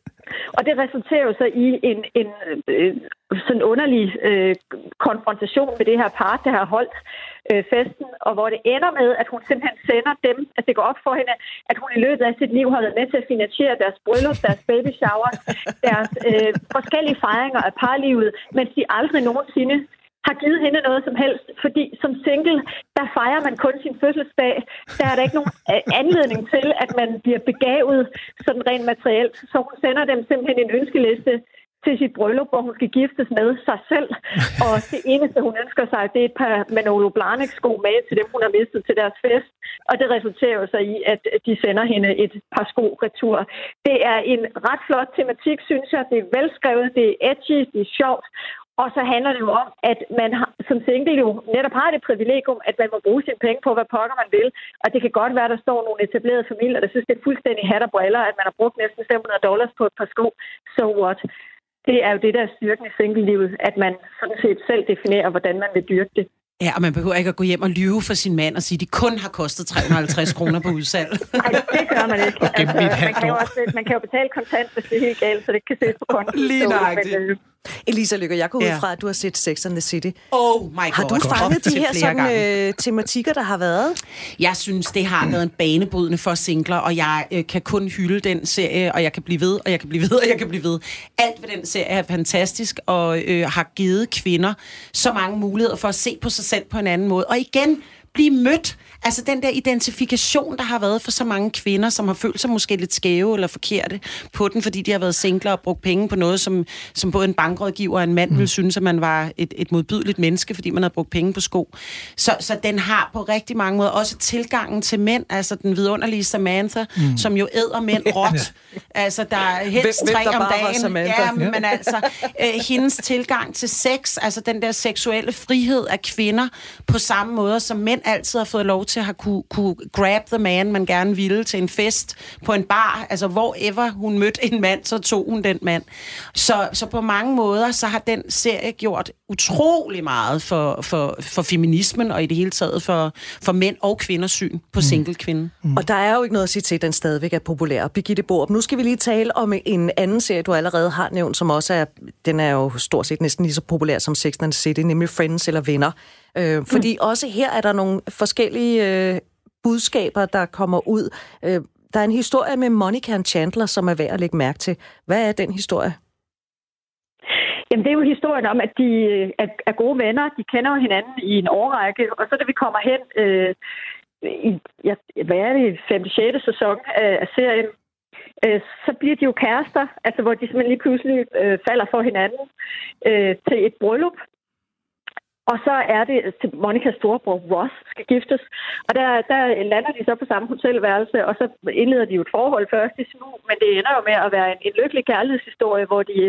Og det resulterer jo så i en, en øh, sådan underlig øh, konfrontation med det her par, der har holdt øh, festen, og hvor det ender med, at hun simpelthen sender dem, at det går op for hende, at hun i løbet af sit liv har været med til at finansiere deres bryllup, deres baby shower, deres øh, forskellige fejringer af parlivet, mens de aldrig nogensinde har givet hende noget som helst, fordi som single, der fejrer man kun sin fødselsdag. Der er der ikke nogen anledning til, at man bliver begavet sådan rent materielt. Så hun sender dem simpelthen en ønskeliste til sit bryllup, hvor hun skal giftes med sig selv. Og det eneste, hun ønsker sig, det er et par Manolo Blahnik-sko med til dem, hun har mistet til deres fest. Og det resulterer jo så i, at de sender hende et par sko retur. Det er en ret flot tematik, synes jeg. Det er velskrevet, det er edgy, det er sjovt. Og så handler det jo om, at man har, som single jo netop har det privilegium, at man må bruge sine penge på, hvad pokker man vil. Og det kan godt være, at der står nogle etablerede familier, der synes, det er fuldstændig hat og briller, at man har brugt næsten fem hundrede dollars på et par sko. So what? Det er jo det, der er styrken i single-livet, at man sådan set selv definerer, hvordan man vil dyrke det. Ja, og man behøver ikke at gå hjem og lyve for sin mand og sige, at de kun har kostet tre hundrede og halvtreds kroner på udsalg. Nej, det gør man ikke. Altså, man, kan jo også, man kan jo betale kontant, hvis det er helt galt, så det kan ses på konto. Lige nøjagtigt. Elisa Lykke, jeg går ud fra, at du har set Sex and the City. Oh my god. Har du fanget de her sådan, øh, tematikker, der har været? Jeg synes, det har været en banebrydende for singler, og jeg øh, kan kun hylde den serie, og jeg kan blive ved, og jeg kan blive ved, og jeg kan blive ved. Alt ved den serie er fantastisk, og øh, har givet kvinder så mange muligheder for at se på sig selv på en anden måde. Og igen, blive mødt. Altså den der identifikation, der har været for så mange kvinder, som har følt sig måske lidt skæve eller forkerte på den, fordi de har været singler og brugt penge på noget, som, som både en bankrådgiver og en mand mm. ville synes, at man var et, et modbydeligt menneske, fordi man havde brugt penge på sko. Så, så den har på rigtig mange måder også tilgangen til mænd, altså den vidunderlige Samantha, mm. som jo æder mænd råt. Altså der er helst Hvem, tre der om dagen. Ja, ja, men altså øh, hendes tilgang til sex, altså den der seksuelle frihed af kvinder, på samme måde, som mænd altid har fået lov til at have kunne, kunne grab the man, man gerne ville til en fest på en bar. Altså, hvorever hun mødte en mand, så tog hun den mand. Så, så på mange måder, så har den serie gjort utrolig meget for, for, for feminismen, og i det hele taget for, for mænd og kvinders syn på single-kvinden. Mm. Og der er jo ikke noget at sige til, at den stadigvæk er populær. Birgitte Borup, nu skal vi lige tale om en anden serie, du allerede har nævnt, som også er, den er jo stort set næsten lige så populær som Sex and the City, nemlig Friends eller Venner. Øh, fordi mm. også her er der nogle forskellige øh, budskaber, der kommer ud. Øh, der er en historie med Monica og Chandler, som er værd at lægge mærke til. Hvad er den historie? Jamen, det er jo historien om, at de er, er gode venner. De kender jo hinanden i en årrække. Og så da vi kommer hen øh, i, ja, hvad er det, femte sjette sæson af, af serien, øh, så bliver de jo kærester. Altså, hvor de simpelthen lige pludselig øh, falder for hinanden øh, til et bryllup. Og så er det, at Monicas storebror Ross skal giftes. Og der, der lander de så på samme hotelværelse, og så indleder de jo et forhold først i smug, men det ender jo med at være en, en lykkelig kærlighedshistorie, hvor de,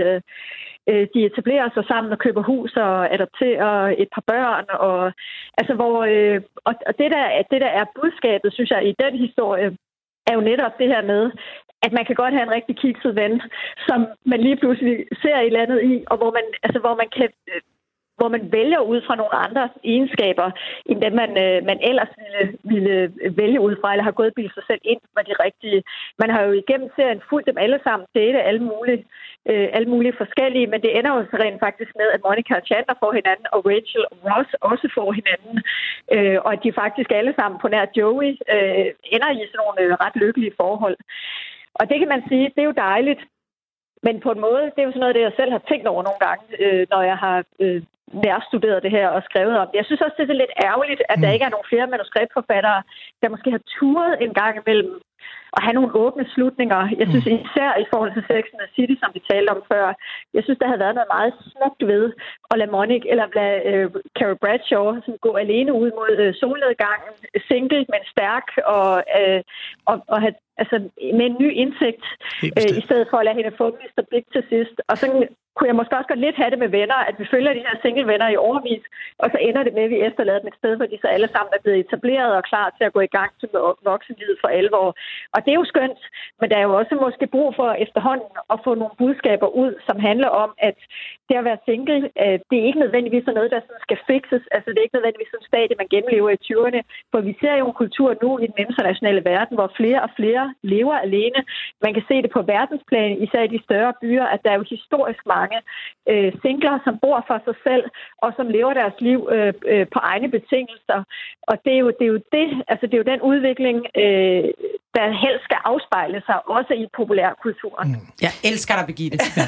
øh, de etablerer sig sammen og køber hus og adopterer et par børn. Og, altså, hvor, øh, og, og det, der, det, der er budskabet, synes jeg, i den historie, er jo netop det her med, at man kan godt have en rigtig kikset ven, som man lige pludselig ser et eller andet i, og hvor man, altså, hvor man kan... hvor man vælger ud fra nogle andre egenskaber, end dem, man, øh, man ellers ville, ville vælge ud fra, eller har gået bildet sig selv ind med de rigtige. Man har jo igennem serien fulgt dem alle sammen, date alle mulige, øh, alle mulige forskellige, men det ender jo så rent faktisk med, at Monica og Chandler får hinanden, og Rachel og Ross også får hinanden, øh, og at de faktisk alle sammen på nær Joey øh, ender i sådan nogle øh, ret lykkelige forhold. Og det kan man sige, det er jo dejligt, men på en måde, det er jo sådan noget, det jeg selv har tænkt over nogle gange, øh, når jeg har øh, nærstuderet det her og skrevet om det. Jeg synes også, det er lidt ærgerligt, at der ikke er nogen flere manuskriptforfattere, der måske har turet en gang imellem at have nogle åbne slutninger. Jeg synes især i forhold til Sex and the City, som vi talte om før, jeg synes, der havde været noget meget smukt ved at lade Monica, eller lade uh, Carrie Bradshaw sådan, gå alene ud mod uh, solnedgangen, single, men stærk, og, uh, og, og have, altså, med en ny indsigt, uh, i stedet for at lade hende få mister Big til sidst. Og så kunne jeg måske også godt lidt have det med venner, at vi følger de her single-venner i overvis, og så ender det med, at vi efterlader dem et sted, hvor de så alle sammen er blevet etableret og klar til at gå i gang til voksenlivet for alvor. Og det er jo skønt, men der er jo også måske brug for efterhånden at få nogle budskaber ud, som handler om, at det at være single, det er ikke nødvendigvis noget, der sådan skal fixes. Altså det er ikke nødvendigvis sådan et stadie, man gennemlever i tyverne, for vi ser jo en kultur nu i den internationale verden, hvor flere og flere lever alene. Man kan se det på verdensplan, især i de større byer, at der er jo historisk mange øh, singler, som bor for sig selv, og som lever deres liv øh, øh, på egne betingelser. Og det er jo det, er jo det altså det er jo den udvikling, øh, der helst skal afspejle sig, også i populærkulturen. Mm. Jeg elsker dig, Birgitte. Ja.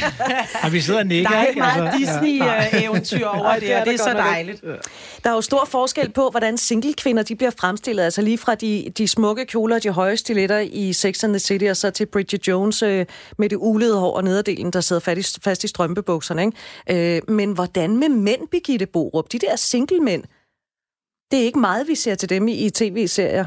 Og vi sidder og nikker. Der er ikke meget altså, Disney-eventyr over det, og det er så dejligt. Der er jo stor forskel på, hvordan single-kvinder de bliver fremstillet. Altså lige fra de, de smukke kjoler og de høje stiletter i Sex and the City, og så til Bridget Jones øh, med det ulede hår og nederdelen, der sidder fast i, fast i strømpebukserne. Ikke? Øh, men hvordan med mænd, Birgitte Borup? De der single-mænd, det er ikke meget, vi ser til dem i, i tv-serier.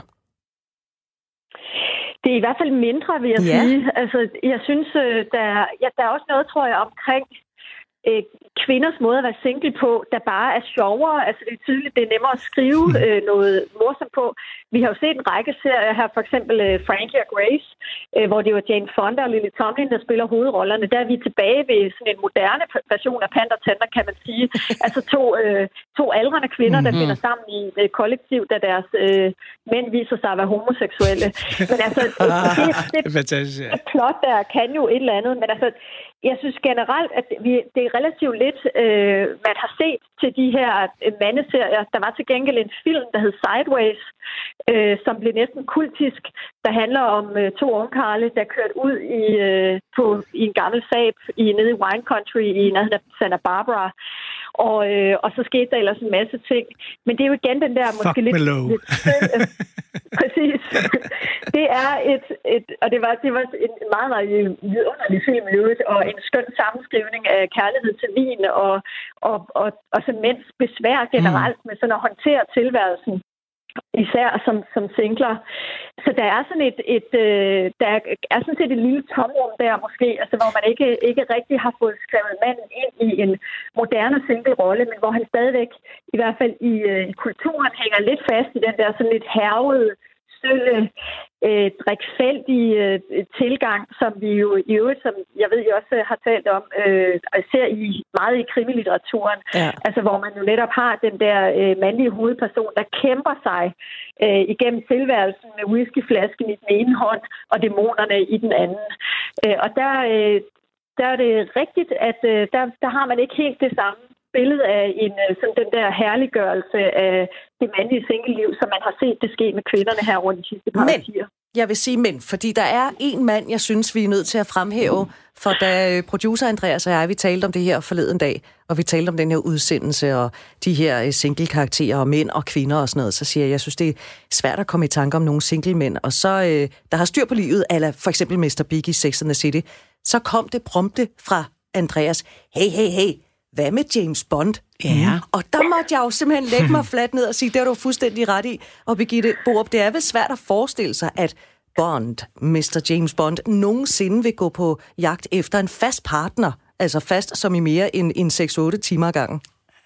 Det er i hvert fald mindre, vil jeg ja. sige. Altså, jeg synes, der, ja, der er også noget, tror jeg, omkring øh, kvinders måde at være single på, der bare er sjovere. Altså, det er tydeligt, det er nemmere at skrive øh, noget morsomt på. Vi har jo set en række serier her, for eksempel øh, Frankie og Grace, øh, hvor det var Jane Fonda og Lily Tomlin, der spiller hovedrollerne. Der er vi tilbage ved sådan en moderne version af Panda Tender, kan man sige. Altså to, øh, to aldrende kvinder, der finder sammen i et kollektiv, da deres øh, mænd viser sig at være homoseksuelle. Men altså, det, det, det, det plot der kan jo et eller andet, men altså, jeg synes generelt, at vi, det er relativt lidt, øh, man har set til de her øh, mandeserier. Der var til gengæld en film, der hed Sideways, øh, som blev næsten kultisk, der handler om øh, to ungkarle, der kørte ud i, øh, på, i en gammel Saab i, nede i Wine Country i nærheden af Santa Barbara. Og, øh, og så skete der ellers en masse ting. Men det er jo igen den der måske Fuck lidt... lidt Præcis. Det er et, et og det var, det var en meget, meget vidunderlig film i øvrigt, og en skøn sammenskrivning af kærlighed til vin, og, og, og, og så mænds besvær generelt mm. med sådan at håndtere tilværelsen, især som, som singler. Så der er sådan et, et øh, der er sådan set et lille tomrum der måske, altså hvor man ikke, ikke rigtig har fået skrevet manden ind i en moderne single-rolle, men hvor han stadigvæk, i hvert fald i, øh, i kulturen, hænger lidt fast i den der sådan lidt hærvede, sølle, øh, drikfældige øh, tilgang, som vi jo i øvrigt, som jeg ved, I også har talt om, øh, og ser i meget i krimilitteraturen, ja. Altså hvor man jo netop har den der øh, mandlige hovedperson, der kæmper sig øh, igennem tilværelsen med whiskyflasken i den ene hånd og dæmonerne i den anden. Øh, og der, øh, der er det rigtigt, at øh, der, der har man ikke helt det samme billede af en, sådan den der herliggørelse af det mandlige single-liv, som man har set det ske med kvinderne her rundt de sidste par årtier. Jeg vil sige men, fordi der er en mand, jeg synes, vi er nødt til at fremhæve, for da producer Andreas og jeg, vi talte om det her forleden dag, og vi talte om den her udsendelse og de her single-karakterer og mænd og kvinder og sådan noget, så siger jeg, jeg synes, det er svært at komme i tanke om nogle single-mænd, og så, øh, der har styr på livet, eller for eksempel mister Big i Sex and the City, så kom det prompte fra Andreas, hey, hey, hey, hvad med James Bond? Ja. Og der måtte jeg jo simpelthen lægge mig fladt ned og sige, det er du fuldstændig ret i. Og Birgitte Borup, det er vel svært at forestille sig, at Bond, mister James Bond, nogensinde vil gå på jagt efter en fast partner. Altså fast som i mere end, end seks otte timer ad gangen.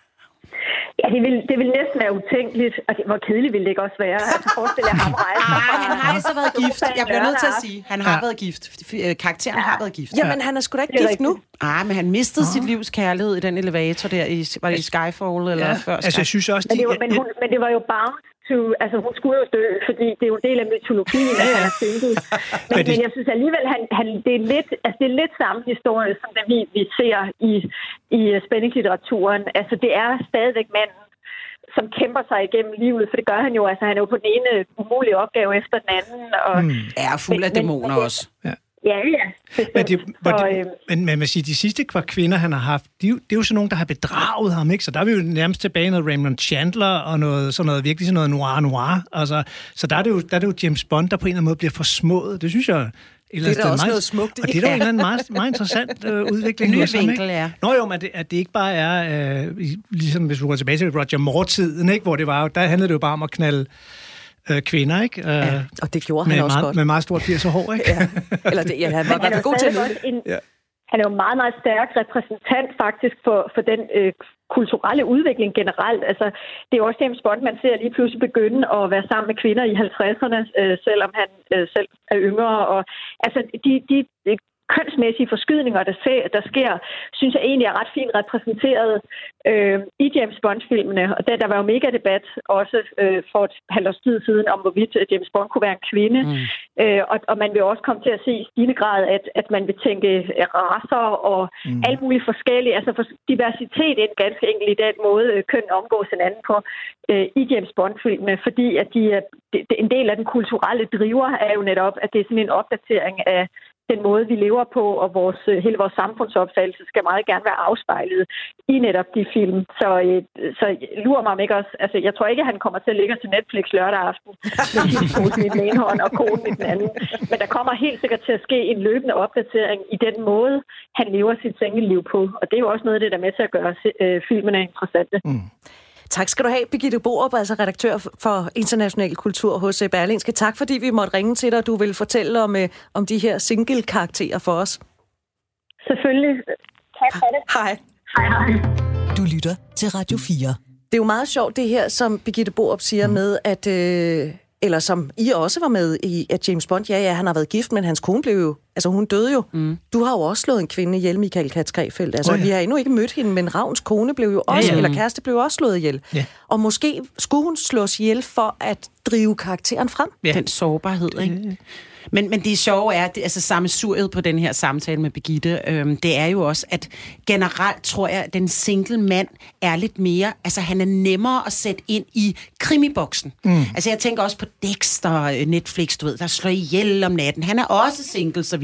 Ja, det vil, det vil næsten være utænkeligt. Altså, hvor kedeligt ville det ikke også være? Altså, forestil jer ham rejse. Nej, han har altså været gift. Jeg bliver nødt til at sige, han har ja. været gift. Karakteren ja. har været gift. Jamen, han er sgu da ikke gift nu. Ah, men han mistede ah. sit livs kærlighed i den elevator der. I, var det i Skyfall eller ja. før Skyfall? Altså, jeg synes også... De... Men, det var, men, hun, men det var jo bare... Altså, hun skulle jo dø, fordi det er jo en del af mytologien, at han er single. Men, men, det... men jeg synes alligevel, han, han, det, er lidt, altså, det er lidt samme historie, som den vi, vi ser i, i spændingslitteraturen. Altså, det er stadigvæk manden, som kæmper sig igennem livet, for det gør han jo. Altså, han er jo på den ene umulige opgave efter den anden. Og, mm. Er fuld af dæmoner men, også. Ja. Ja, ja. Men, det, så, det, øh, men, men man siger, de sidste kvar kvinder, han har haft, de, det er jo sådan nogen, der har bedraget ham, ikke? Så der er vi jo nærmest tilbage i noget Raymond Chandler og noget, sådan noget virkelig sådan noget noir noir. Altså, så der er, det jo, der er det jo James Bond, der på en eller anden måde bliver forsmået. Det synes jeg... Det er da også meget, noget smukt. Og det er da en eller anden meget, meget interessant øh, udvikling. Ny vinkel, ja. Nå jo, men det, at det ikke bare er, øh, ligesom hvis du går tilbage til Roger Moore-tiden, ikke? Hvor det var, der handlede det jo bare om at knalde øh, kvinder, ikke? Øh, ja, og det gjorde han også meget, godt. Med meget stort firs og hår, ikke? Ja. Eller det, ja, han var i hvert fald god til det. Ja. Han er jo meget, meget stærk repræsentant faktisk for, for den øh, kulturelle udvikling generelt. Altså, det er jo også James Bond, man ser lige pludselig begynde at være sammen med kvinder i halvtredserne, øh, selvom han øh, selv er yngre. Og, altså, de, de, de kønsmæssige forskydninger, der, ser, der sker, synes jeg egentlig er ret fint repræsenteret øh, i James Bond-filmene. Og der, der var jo mega debat også øh, for et halvt års tid siden om, hvorvidt James Bond kunne være en kvinde. Mm. Øh, og, og man vil også komme til at se i stigende grad, at, at man vil tænke racer og mm. alt muligt forskelligt. Altså for diversitet er en ganske enkelt i den måde, køn omgås hinanden på øh, i James Bond-filmene, fordi at de, de, en del af den kulturelle driver er jo netop, at det er sådan en opdatering af den måde, vi lever på, og vores, hele vores samfundsopfattelse skal meget gerne være afspejlet i netop de film. Så, så lurer mig om ikke også... Altså, jeg tror ikke, at han kommer til at ligge til Netflix lørdag aften med tidsposen i den ene hånd og koden i den anden. Men der kommer helt sikkert til at ske en løbende opdatering i den måde, han lever sit single-liv på. Og det er jo også noget af det, der er med til at gøre øh, filmene interessante. Mm. Tak skal du have, Birgitte Borup, altså redaktør for international kultur hos Berlingske. Tak, fordi vi måtte ringe til dig, og du vil fortælle om, om de her single-karakterer for os. Selvfølgelig. Tak for det. Hej. Hej, hej. Du lytter til Radio fire. Det er jo meget sjovt, det her, som Birgitte Borup siger mm. med, at... Øh, eller som I også var med i, at James Bond, ja, ja, han har været gift, men hans kone blev jo, altså hun døde jo. Mm. Du har jo også slået en kvinde ihjel, Michael Katz-Grefeldt. Altså, oh, ja. Vi har endnu ikke mødt hende, men Ravns kone blev jo også, ja, ja. eller kæreste blev også slået ihjel. Ja. Og måske skulle hun slås ihjel for at drive karakteren frem. Ja. Den sårbarhed, ikke? Men, men det sjove er, det, altså sammensuriet på den her samtale med Birgitte, øhm, det er jo også, at generelt tror jeg, at den single mand er lidt mere, altså han er nemmere at sætte ind i krimiboksen. Mm. Altså jeg tænker også på Dexter, Netflix, du ved, der slår ihjel om natten. Han er også single, så vidt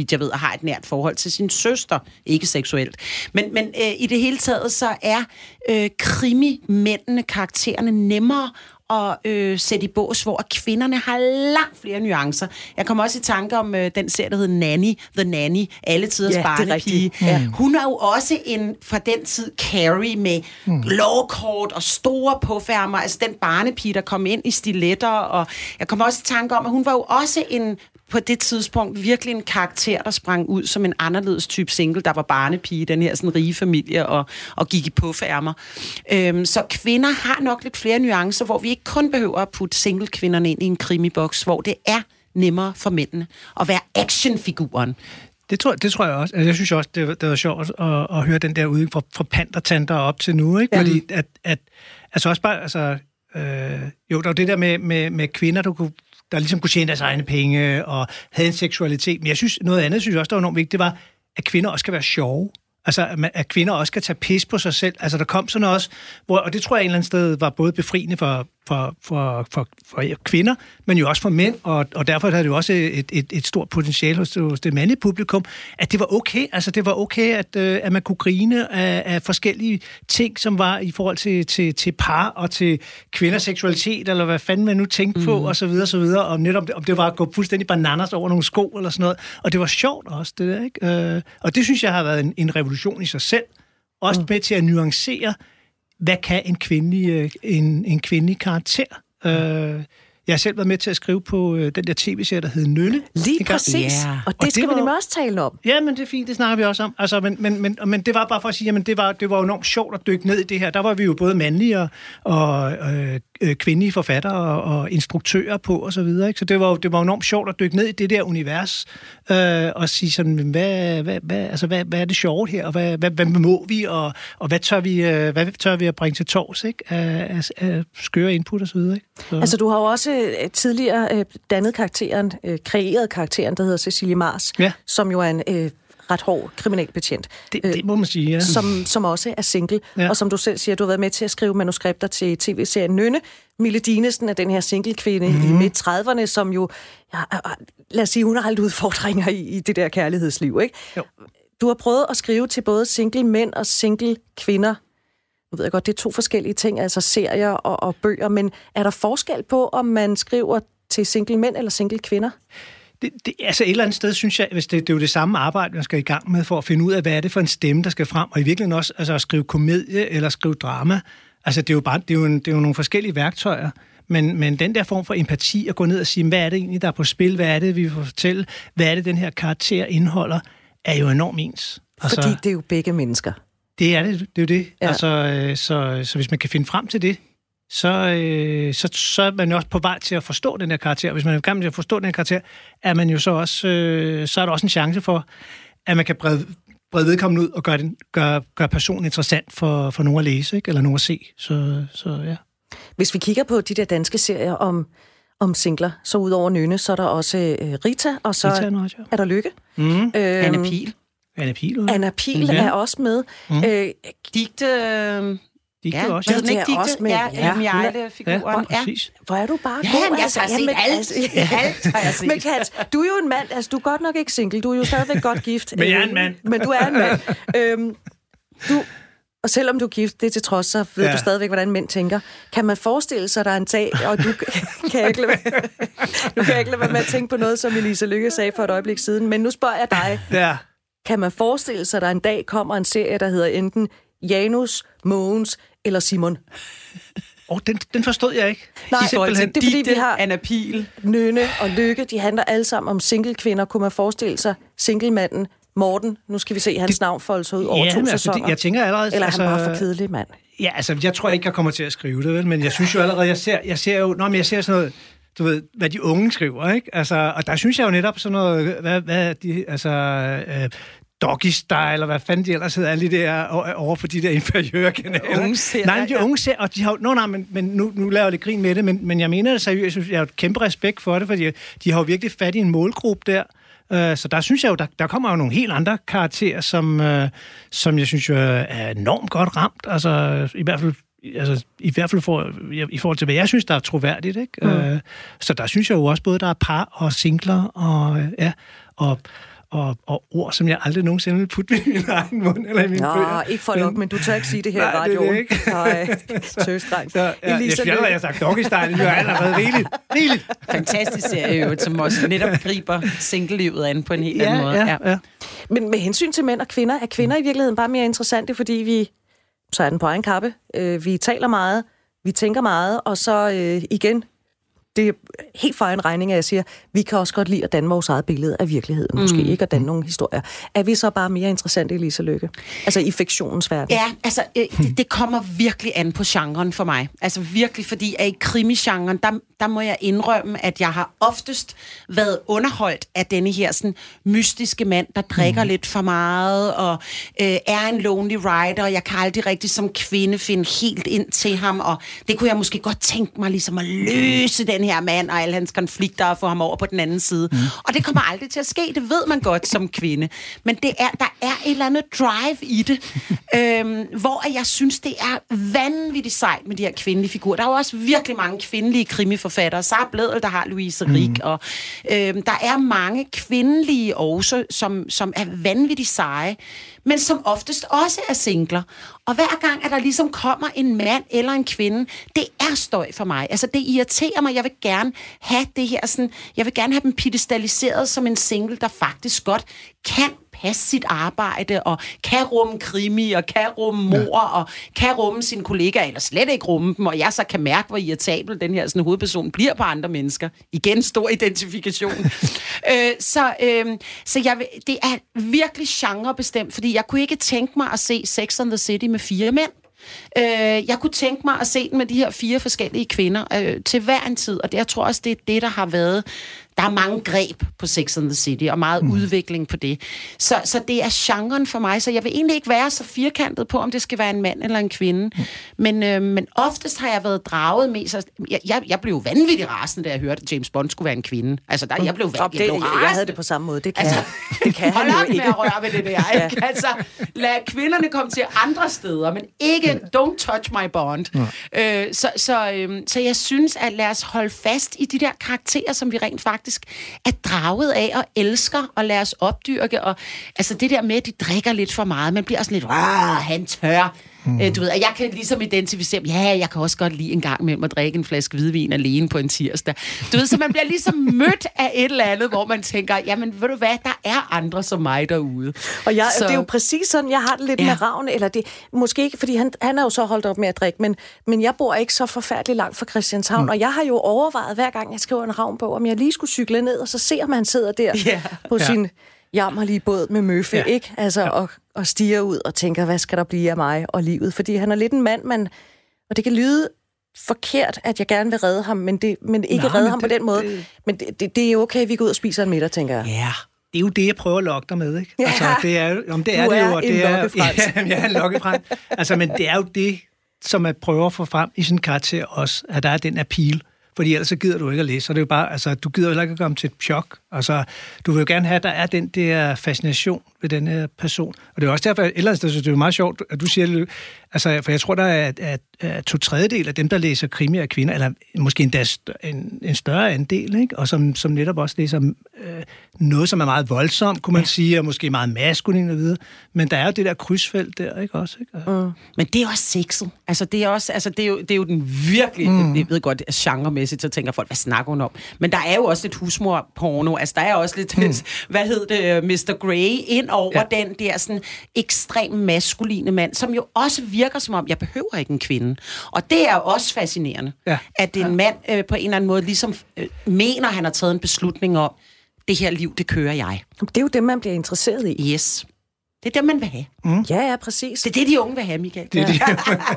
vidt jeg ved, og har et nært forhold til sin søster, ikke seksuelt. Men, men øh, i det hele taget, så er øh, krimi-mændene, karaktererne nemmere at øh, sætte i bås, hvor kvinderne har langt flere nuancer. Jeg kommer også i tanke om øh, den serie, der hedder Nanny, The Nanny, alle tiders ja, barnepige. Ja. Hun er jo også en, fra den tid, Carrie med mm. lovkort og store påfærmer, altså den barnepige, der kom ind i stiletter, og jeg kommer også i tanke om, at hun var jo også en, på det tidspunkt, virkelig en karakter, der sprang ud som en anderledes type single, der var barnepige i den her sådan rige familie, og, og gik i påfærmer. Øhm, så kvinder har nok lidt flere nuancer, hvor vi ikke kun behøver at putte single-kvinderne ind i en krimiboks, hvor det er nemmere for mændene at være actionfiguren. Det tror, det tror jeg også. Altså, jeg synes også, det var, det var sjovt at, at høre den der ude fra, fra pantertanter op til nu, ikke? Ja. Fordi at, at, altså også bare, altså, øh, jo, der var det der med, med, med kvinder, der kunne der ligesom kunne tjene deres egne penge og havde en seksualitet. Men jeg synes, noget andet synes jeg også, der var enormt vigtigt, det var, at kvinder også skal være sjove. Altså, at kvinder også skal tage pis på sig selv. Altså, der kom sådan også, hvor, og det tror jeg et eller andet sted var både befriende for, for, for, for, for kvinder, men jo også for mænd, og, og derfor havde det jo også et, et, et stort potentiale hos, hos det mandlige publikum, at det var okay, altså det var okay, at, at man kunne grine af, af forskellige ting, som var i forhold til, til, til par og til kvinders seksualitet, eller hvad fanden man nu tænkte på, mm. og så videre, så videre, og netop om det var at gå fuldstændig bananas over nogle sko, eller sådan noget, og det var sjovt også, det der, ikke? Og det synes jeg har været en, en revolution i sig selv, også mm. med til at nuancere, hvad kan en kvindelig, en, en kvindelig karakter? Mm. Øh, jeg har selv været med til at skrive på øh, den der tv-serie, der hed Nynne. Lige præcis, yeah. og det, og det skal var, vi nemlig også tale om. Ja, men det er fint, det snakker vi også om. Altså, men, men, men, men det var bare for at sige, at det var, det var enormt sjovt at dykke ned i det her. Der var vi jo både mandlige og, og øh, kvindelige forfattere og, og instruktører på, og så videre. Ikke? Så det var, det var enormt sjovt at dykke ned i det der univers, øh, og sige sådan, hvad, hvad, hvad, altså, hvad, hvad er det sjovt her, og hvad, hvad, hvad må vi, og, og hvad, tør vi, øh, hvad tør vi at bringe til tors, ikke? Af, af, af skøre input og så videre. Ikke? Så. Altså, du har jo også tidligere øh, dannet karakteren, øh, kreeret karakteren, der hedder Cecilie Mars, ja. Som jo er en øh, ret hård kriminalbetjent. Det, det må man sige, ja. Som, som også er single, ja. Og som du selv siger, du har været med til at skrive manuskripter til tv-serien Nynne. Mille Dinesen er den her single-kvinde mm-hmm. i midt trediverne, som jo, ja, lad os sige, hun har aldrig udfordringer i, i det der kærlighedsliv, ikke? Jo. Du har prøvet at skrive til både single mænd og single kvinder. Nu ved jeg godt, det er to forskellige ting, altså serier og, og bøger, men er der forskel på, om man skriver til single mænd eller single kvinder? Det, det, altså et eller andet sted, synes jeg, hvis det, det er jo det samme arbejde, man skal i gang med for at finde ud af, hvad er det for en stemme, der skal frem, og i virkeligheden også altså at skrive komedie eller skrive drama. Altså det er jo, bare, det er jo, en, det er jo nogle forskellige værktøjer, men, men den der form for empati, at gå ned og sige, hvad er det egentlig, der er på spil, hvad er det, vi får fortælle, hvad er det, den her karakter indeholder, er jo enormt ens. Altså, fordi det er jo begge mennesker. Det er det, det er jo det. Ja. Altså, øh, så, så hvis man kan finde frem til det, så, øh, så, så er man jo også på vej til at forstå den her karakter. Hvis man er gammel til at forstå den her karakter, er man jo så også, øh, så er der også en chance for, at man kan brede, brede vedkommende ud og gøre, den, gøre, gøre personen interessant for, for nogen at læse, ikke? Eller nogen at se. Så, så ja. Hvis vi kigger på de der danske serier om, om singler, så ud over Nynne, så er der også øh, Rita, og så Rita er, også, ja. Er der Lykke. Mm. Øhm, Anna Pihl. Anna Pihl, Anna Pihl er også med. Mm. Øh, Digte... Øh... Digte ja, også. Hvad hedder Digte ikke også med? Ja, Ja, Hermione-figuren. Ja, præcis. Hvor er du bare ja, god. jeg altså, har set jamen, alt. Altså, alt har jeg set. Men Kat, du er jo en mand. Altså, du er godt nok ikke single. Du er jo stadigvæk godt gift. Men jeg er en mand. Men du er en mand. øhm, du, og selvom du er gift, det til trods, så ved ja. du stadigvæk, hvordan mænd tænker. Kan man forestille sig, at der er en dag, og du kan ikke lade være, du kan ikke lade være med at tænke på noget, som Elisa Lykke sagde for et øjeblik siden. Men nu spørger jeg dig. Ja. Kan man forestille sig, at der en dag kommer en serie, der hedder enten Janus, Mogens eller Simon? Åh, oh, den, den forstod jeg ikke. Nej, simpelthen. det er fordi, vi har Anna Pihl, Nynne og Lykke, de handler alle sammen om single-kvinder. Kunne man forestille sig singlemanden Morten? Nu skal vi se hans det, navn folde sig ud over ja, to altså, sæsoner. Det, jeg tænker allerede... Eller er altså, han bare for kedelig mand? Ja, altså, jeg tror ikke, jeg kommer til at skrive det, vel? Men jeg synes jo allerede, jeg ser, jeg ser jo... Nå, men jeg ser sådan noget... Du ved, hvad de unge skriver, ikke? Altså, og der synes jeg jo netop sådan noget... Hvad, hvad de... Altså... Øh, Doggy Style, eller hvad fanden de ellers hedder, alle de der over for de der inferiøre kanaler. Unge serier. Nej, de unge serier, og de har... Nå, nej, men, men nu, nu laver jeg lidt grin med det, men, men jeg mener det seriøst. Jeg har et kæmpe respekt for det, fordi de har jo virkelig fat i en målgruppe der. Uh, så der synes jeg jo, der, der kommer jo nogle helt andre karakterer, som, uh, som jeg synes jo er enormt godt ramt. Altså, i hvert fald... Altså, i hvert fald for, i forhold til, hvad jeg synes, der er troværdigt, ikke? Mm. Uh, så der synes jeg jo også, både der er par og singler, og ja, og... og, og ord, som jeg aldrig nogensinde vil putte i min egen mund eller i min Nå, bøger. ikke for nok, men du tør ikke sige det her i Nej, radioen. det er det ikke. Nej, tøsdreng. Så, ja, jeg synes allerede, jeg har sagt doggy-style, det er allerede rigeligt. rigeligt. Fantastisk serie, jo, som også netop griber single-livet an på en helt Ja, anden måde. ja, ja. Men med hensyn til mænd og kvinder, er kvinder i virkeligheden bare mere interessante, fordi vi, så er den på egen kappe, øh, vi taler meget, vi tænker meget, og så øh, igen, det er helt for en regning, at jeg siger, vi kan også godt lide at danne vores eget billede af virkeligheden, mm. måske ikke at danne nogle historier. Er vi så bare mere interessante, Lisa Lykke? Altså i fiktionens verden? Ja, altså øh, det, det kommer virkelig an på genren for mig. Altså virkelig, fordi at i krimi-genren, der, der må jeg indrømme, at jeg har oftest været underholdt af denne her sådan mystiske mand, der drikker mm. lidt for meget, og øh, er en lonely rider, og jeg kan aldrig rigtig som kvinde finde helt ind til ham, og det kunne jeg måske godt tænke mig ligesom at løse den her mand og alle hans konflikter og få ham over på den anden side. Mm. Og det kommer aldrig til at ske, det ved man godt som kvinde. Men det er, der er et eller andet drive i det, øhm, hvor jeg synes, det er vanvittigt sejt med de her kvindelige figurer. Der er jo også virkelig mange kvindelige krimiforfattere. Sara Blædel, der har Louise Rick, mm. og øhm, der er mange kvindelige også, som, som er vanvittigt seje, men som oftest også er singler. Og hver gang, at der ligesom kommer en mand eller en kvinde, det er støj for mig. Altså, det irriterer mig. Jeg vil gerne have det her sådan, jeg vil gerne have dem pedestaliseret som en single, der faktisk godt kan passe sit arbejde, og kan rumme krimi, og kan rumme mor, ja. og kan rumme sine kollegaer, eller slet ikke rumme dem, og jeg så kan mærke, hvor irritabel den her sådan, hovedperson bliver på andre mennesker. Igen, stor identifikation. øh, så øh, så jeg vil, det er virkelig genrebestemt, fordi jeg kunne ikke tænke mig at se Sex and the City med fire mænd. Øh, jeg kunne tænke mig at se den med de her fire forskellige kvinder øh, til hver en tid, og det, jeg tror også, det er det, der har været. Der er mange greb på Sex and the City, og meget mm. udvikling på det. Så, så det er genren for mig, så jeg vil egentlig ikke være så firkantet på, om det skal være en mand eller en kvinde. Mm. Men, øh, men oftest har jeg været draget med, så jeg, jeg, jeg blev vanvittig rasende, da jeg hørte, at James Bond skulle være en kvinde. Altså, der, jeg blev, jeg blev rasende. Jeg havde det på samme måde, det kan, altså, det kan han jo ikke. Hold op med at røre ved det der, ja. Ikke? Altså, lad kvinderne komme til andre steder, men ikke, don't touch my Bond. Ja. Øh, så, så, øh, så jeg synes, at lad os holde fast i de der karakterer, som vi rent faktisk er draget af og elsker og lader os opdyrke. Og, altså det der med, at de drikker lidt for meget. Man bliver også lidt, han tør. Mm. Øh, du ved, og jeg kan ligesom identificere, ja, jeg kan også godt lide en gang med at drikke en flaske hvidvin alene på en tirsdag. Du ved, så man bliver ligesom mødt af et eller andet, hvor man tænker, jamen ved du hvad, der er andre som mig derude. Og jeg, så, det er jo præcis sådan, jeg har det lidt ja. med Ravn, eller det, måske ikke, fordi han, han er jo så holdt op med at drikke, men, men jeg bor ikke så forfærdeligt langt fra Christianshavn, mm. og jeg har jo overvejet hver gang, jeg skriver en Ravnbog, om jeg lige skulle cykle ned, og så se, om han sidder der yeah. på ja. sin jammerlige båd med møffe, ja. ikke? Altså, ja. og, og stiger ud og tænker, hvad skal der blive af mig og livet? Fordi han er lidt en mand, man, og det kan lyde forkert, at jeg gerne vil redde ham, men, det, men ikke Nå, redde men ham det, på den måde. Det... Men det, det, det er okay, at vi går ud og spiser en middag, tænker jeg. Ja, det er jo det, jeg prøver at lokke dig med, ikke? Ja. Altså, det er, om det er, du det er jo, en det er, lokkefrans. Ja, jeg er en lokkefrans. Altså, men det er jo det, som jeg prøver at få frem i sin karakter også, at der er den appeal. Fordi ellers så gider du ikke at læse. Så det er jo bare, altså, du gider heller ikke at komme til et chok. Altså, du vil jo gerne have, at der er den der fascination ved den her person. Og det er også derfor, at ellers det er jo meget sjovt, at du siger, altså, for jeg tror, der er, at, at to tredjedel af dem, der læser krimi er kvinder, eller måske endda en, en større andel, ikke? Og som, som netop også læser øh, noget, som er meget voldsomt, kunne man ja. sige, og måske meget maskulin og videre. Men der er jo det der krydsfelt der, ikke også? Ikke? Mm. Men det er også sexet. Altså, det er også, altså, det er jo, det er jo den virkelig, mm. jeg ved godt, genremæssigt, så tænker folk, hvad snakker hun om? Men der er jo også lidt husmorporno. Altså, der er også lidt, mm. hvad hed det, mister Grey, ind over ja. den der sådan ekstrem maskuline mand, som jo også virker som om, jeg behøver ikke en kvinde. Og det er jo også fascinerende, ja. at det er en ja. mand øh, på en eller anden måde ligesom øh, mener, han har taget en beslutning om, det her liv, det kører jeg. Det er jo det, man bliver interesseret i. Yes. Det er det, man vil have. Mm. Ja, ja, præcis. Det er det, de unge vil have, Michael. Det, det.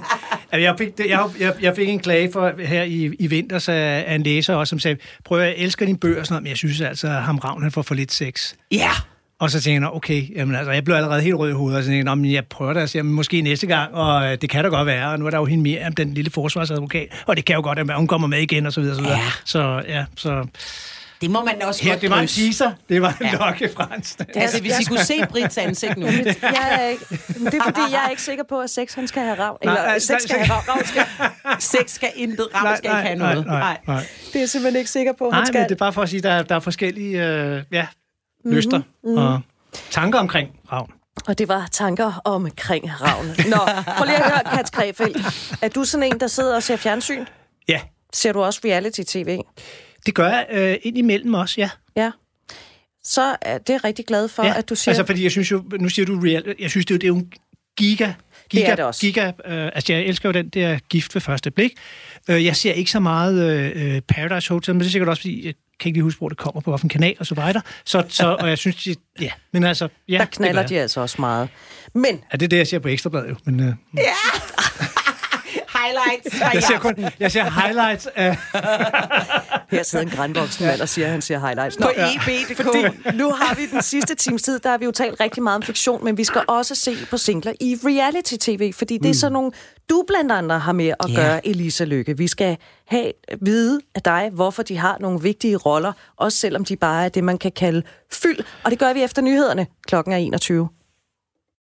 jeg, fik, det, jeg, jeg, jeg fik en klage for her i, i vinters af, af en læser også, som sagde, prøv at elske dine bøger, sådan noget, men jeg synes altså, at ham Ravn, han får for lidt sex. Ja. Yeah. Og så tænker jeg, okay, jamen, altså, jeg blev allerede helt rød i hovedet, og så tænkte jeg, jeg prøver det, altså, måske næste gang, og det kan da godt være, og nu er der jo hende mere om den lille forsvarsadvokat, og det kan jo godt være, hun kommer med igen, og så videre, så videre. Ja. Så, ja, så... Det må man også ja, godt det var en teaser. Det var en ja. lokkefrans. Altså, hvis I kunne se Brits ansigt nu. Jeg er ikke, det er fordi, jeg er ikke sikker på, at sex han skal have rav. Eller nej, sex skal have rav. rav skal. Sex skal intet, rav skal ikke have noget. Nej, nej, nej. Det er jeg simpelthen ikke sikker på, nej, han skal. Nej, men det er bare for at sige, at der, der er forskellige... Øh, ja, mm-hmm. lyster mm-hmm. og tanker omkring Ravn. Og det var tanker omkring Ravn. Nå, prøv lige at høre, Kats Krefeldt. Er du sådan en, der sidder og ser fjernsyn? Ja. Ser du også reality-tv? Det gør jeg øh, indimellem også, ja. Ja. Så er det rigtig glad for, ja. at du siger... altså fordi jeg synes jo, nu siger du real, jeg synes det er jo, det er jo en giga, giga, det er det også. giga, øh, altså jeg elsker jo den der Gift ved første blik. Øh, jeg ser ikke så meget øh, Paradise Hotel, men det er sikkert også, fordi jeg kan ikke lige huske, hvor det kommer på, hvilken kanal og så videre. Så, så, og jeg synes, de, ja, men altså... Ja, der knaller de altså også meget. Men... Ja, det er det, jeg ser på Ekstrabladet jo, men... Øh, ja! Highlights. Jeg ser, kun, jeg ser highlights af... Her sidder en grænvoksen mand og siger, at han ser highlights. Nå, på E B punktum d k. Fordi nu har vi den sidste times tid, der har vi jo talt rigtig meget om fiktion, men vi skal også se på singler i reality-tv, fordi det er mm. sådan nogle, du blandt andet har med at gøre, yeah. Elisa Lykke. Vi skal have vide af dig, hvorfor de har nogle vigtige roller, også selvom de bare er det, man kan kalde fyld. Og det gør vi efter nyhederne. Klokken er enogtyve.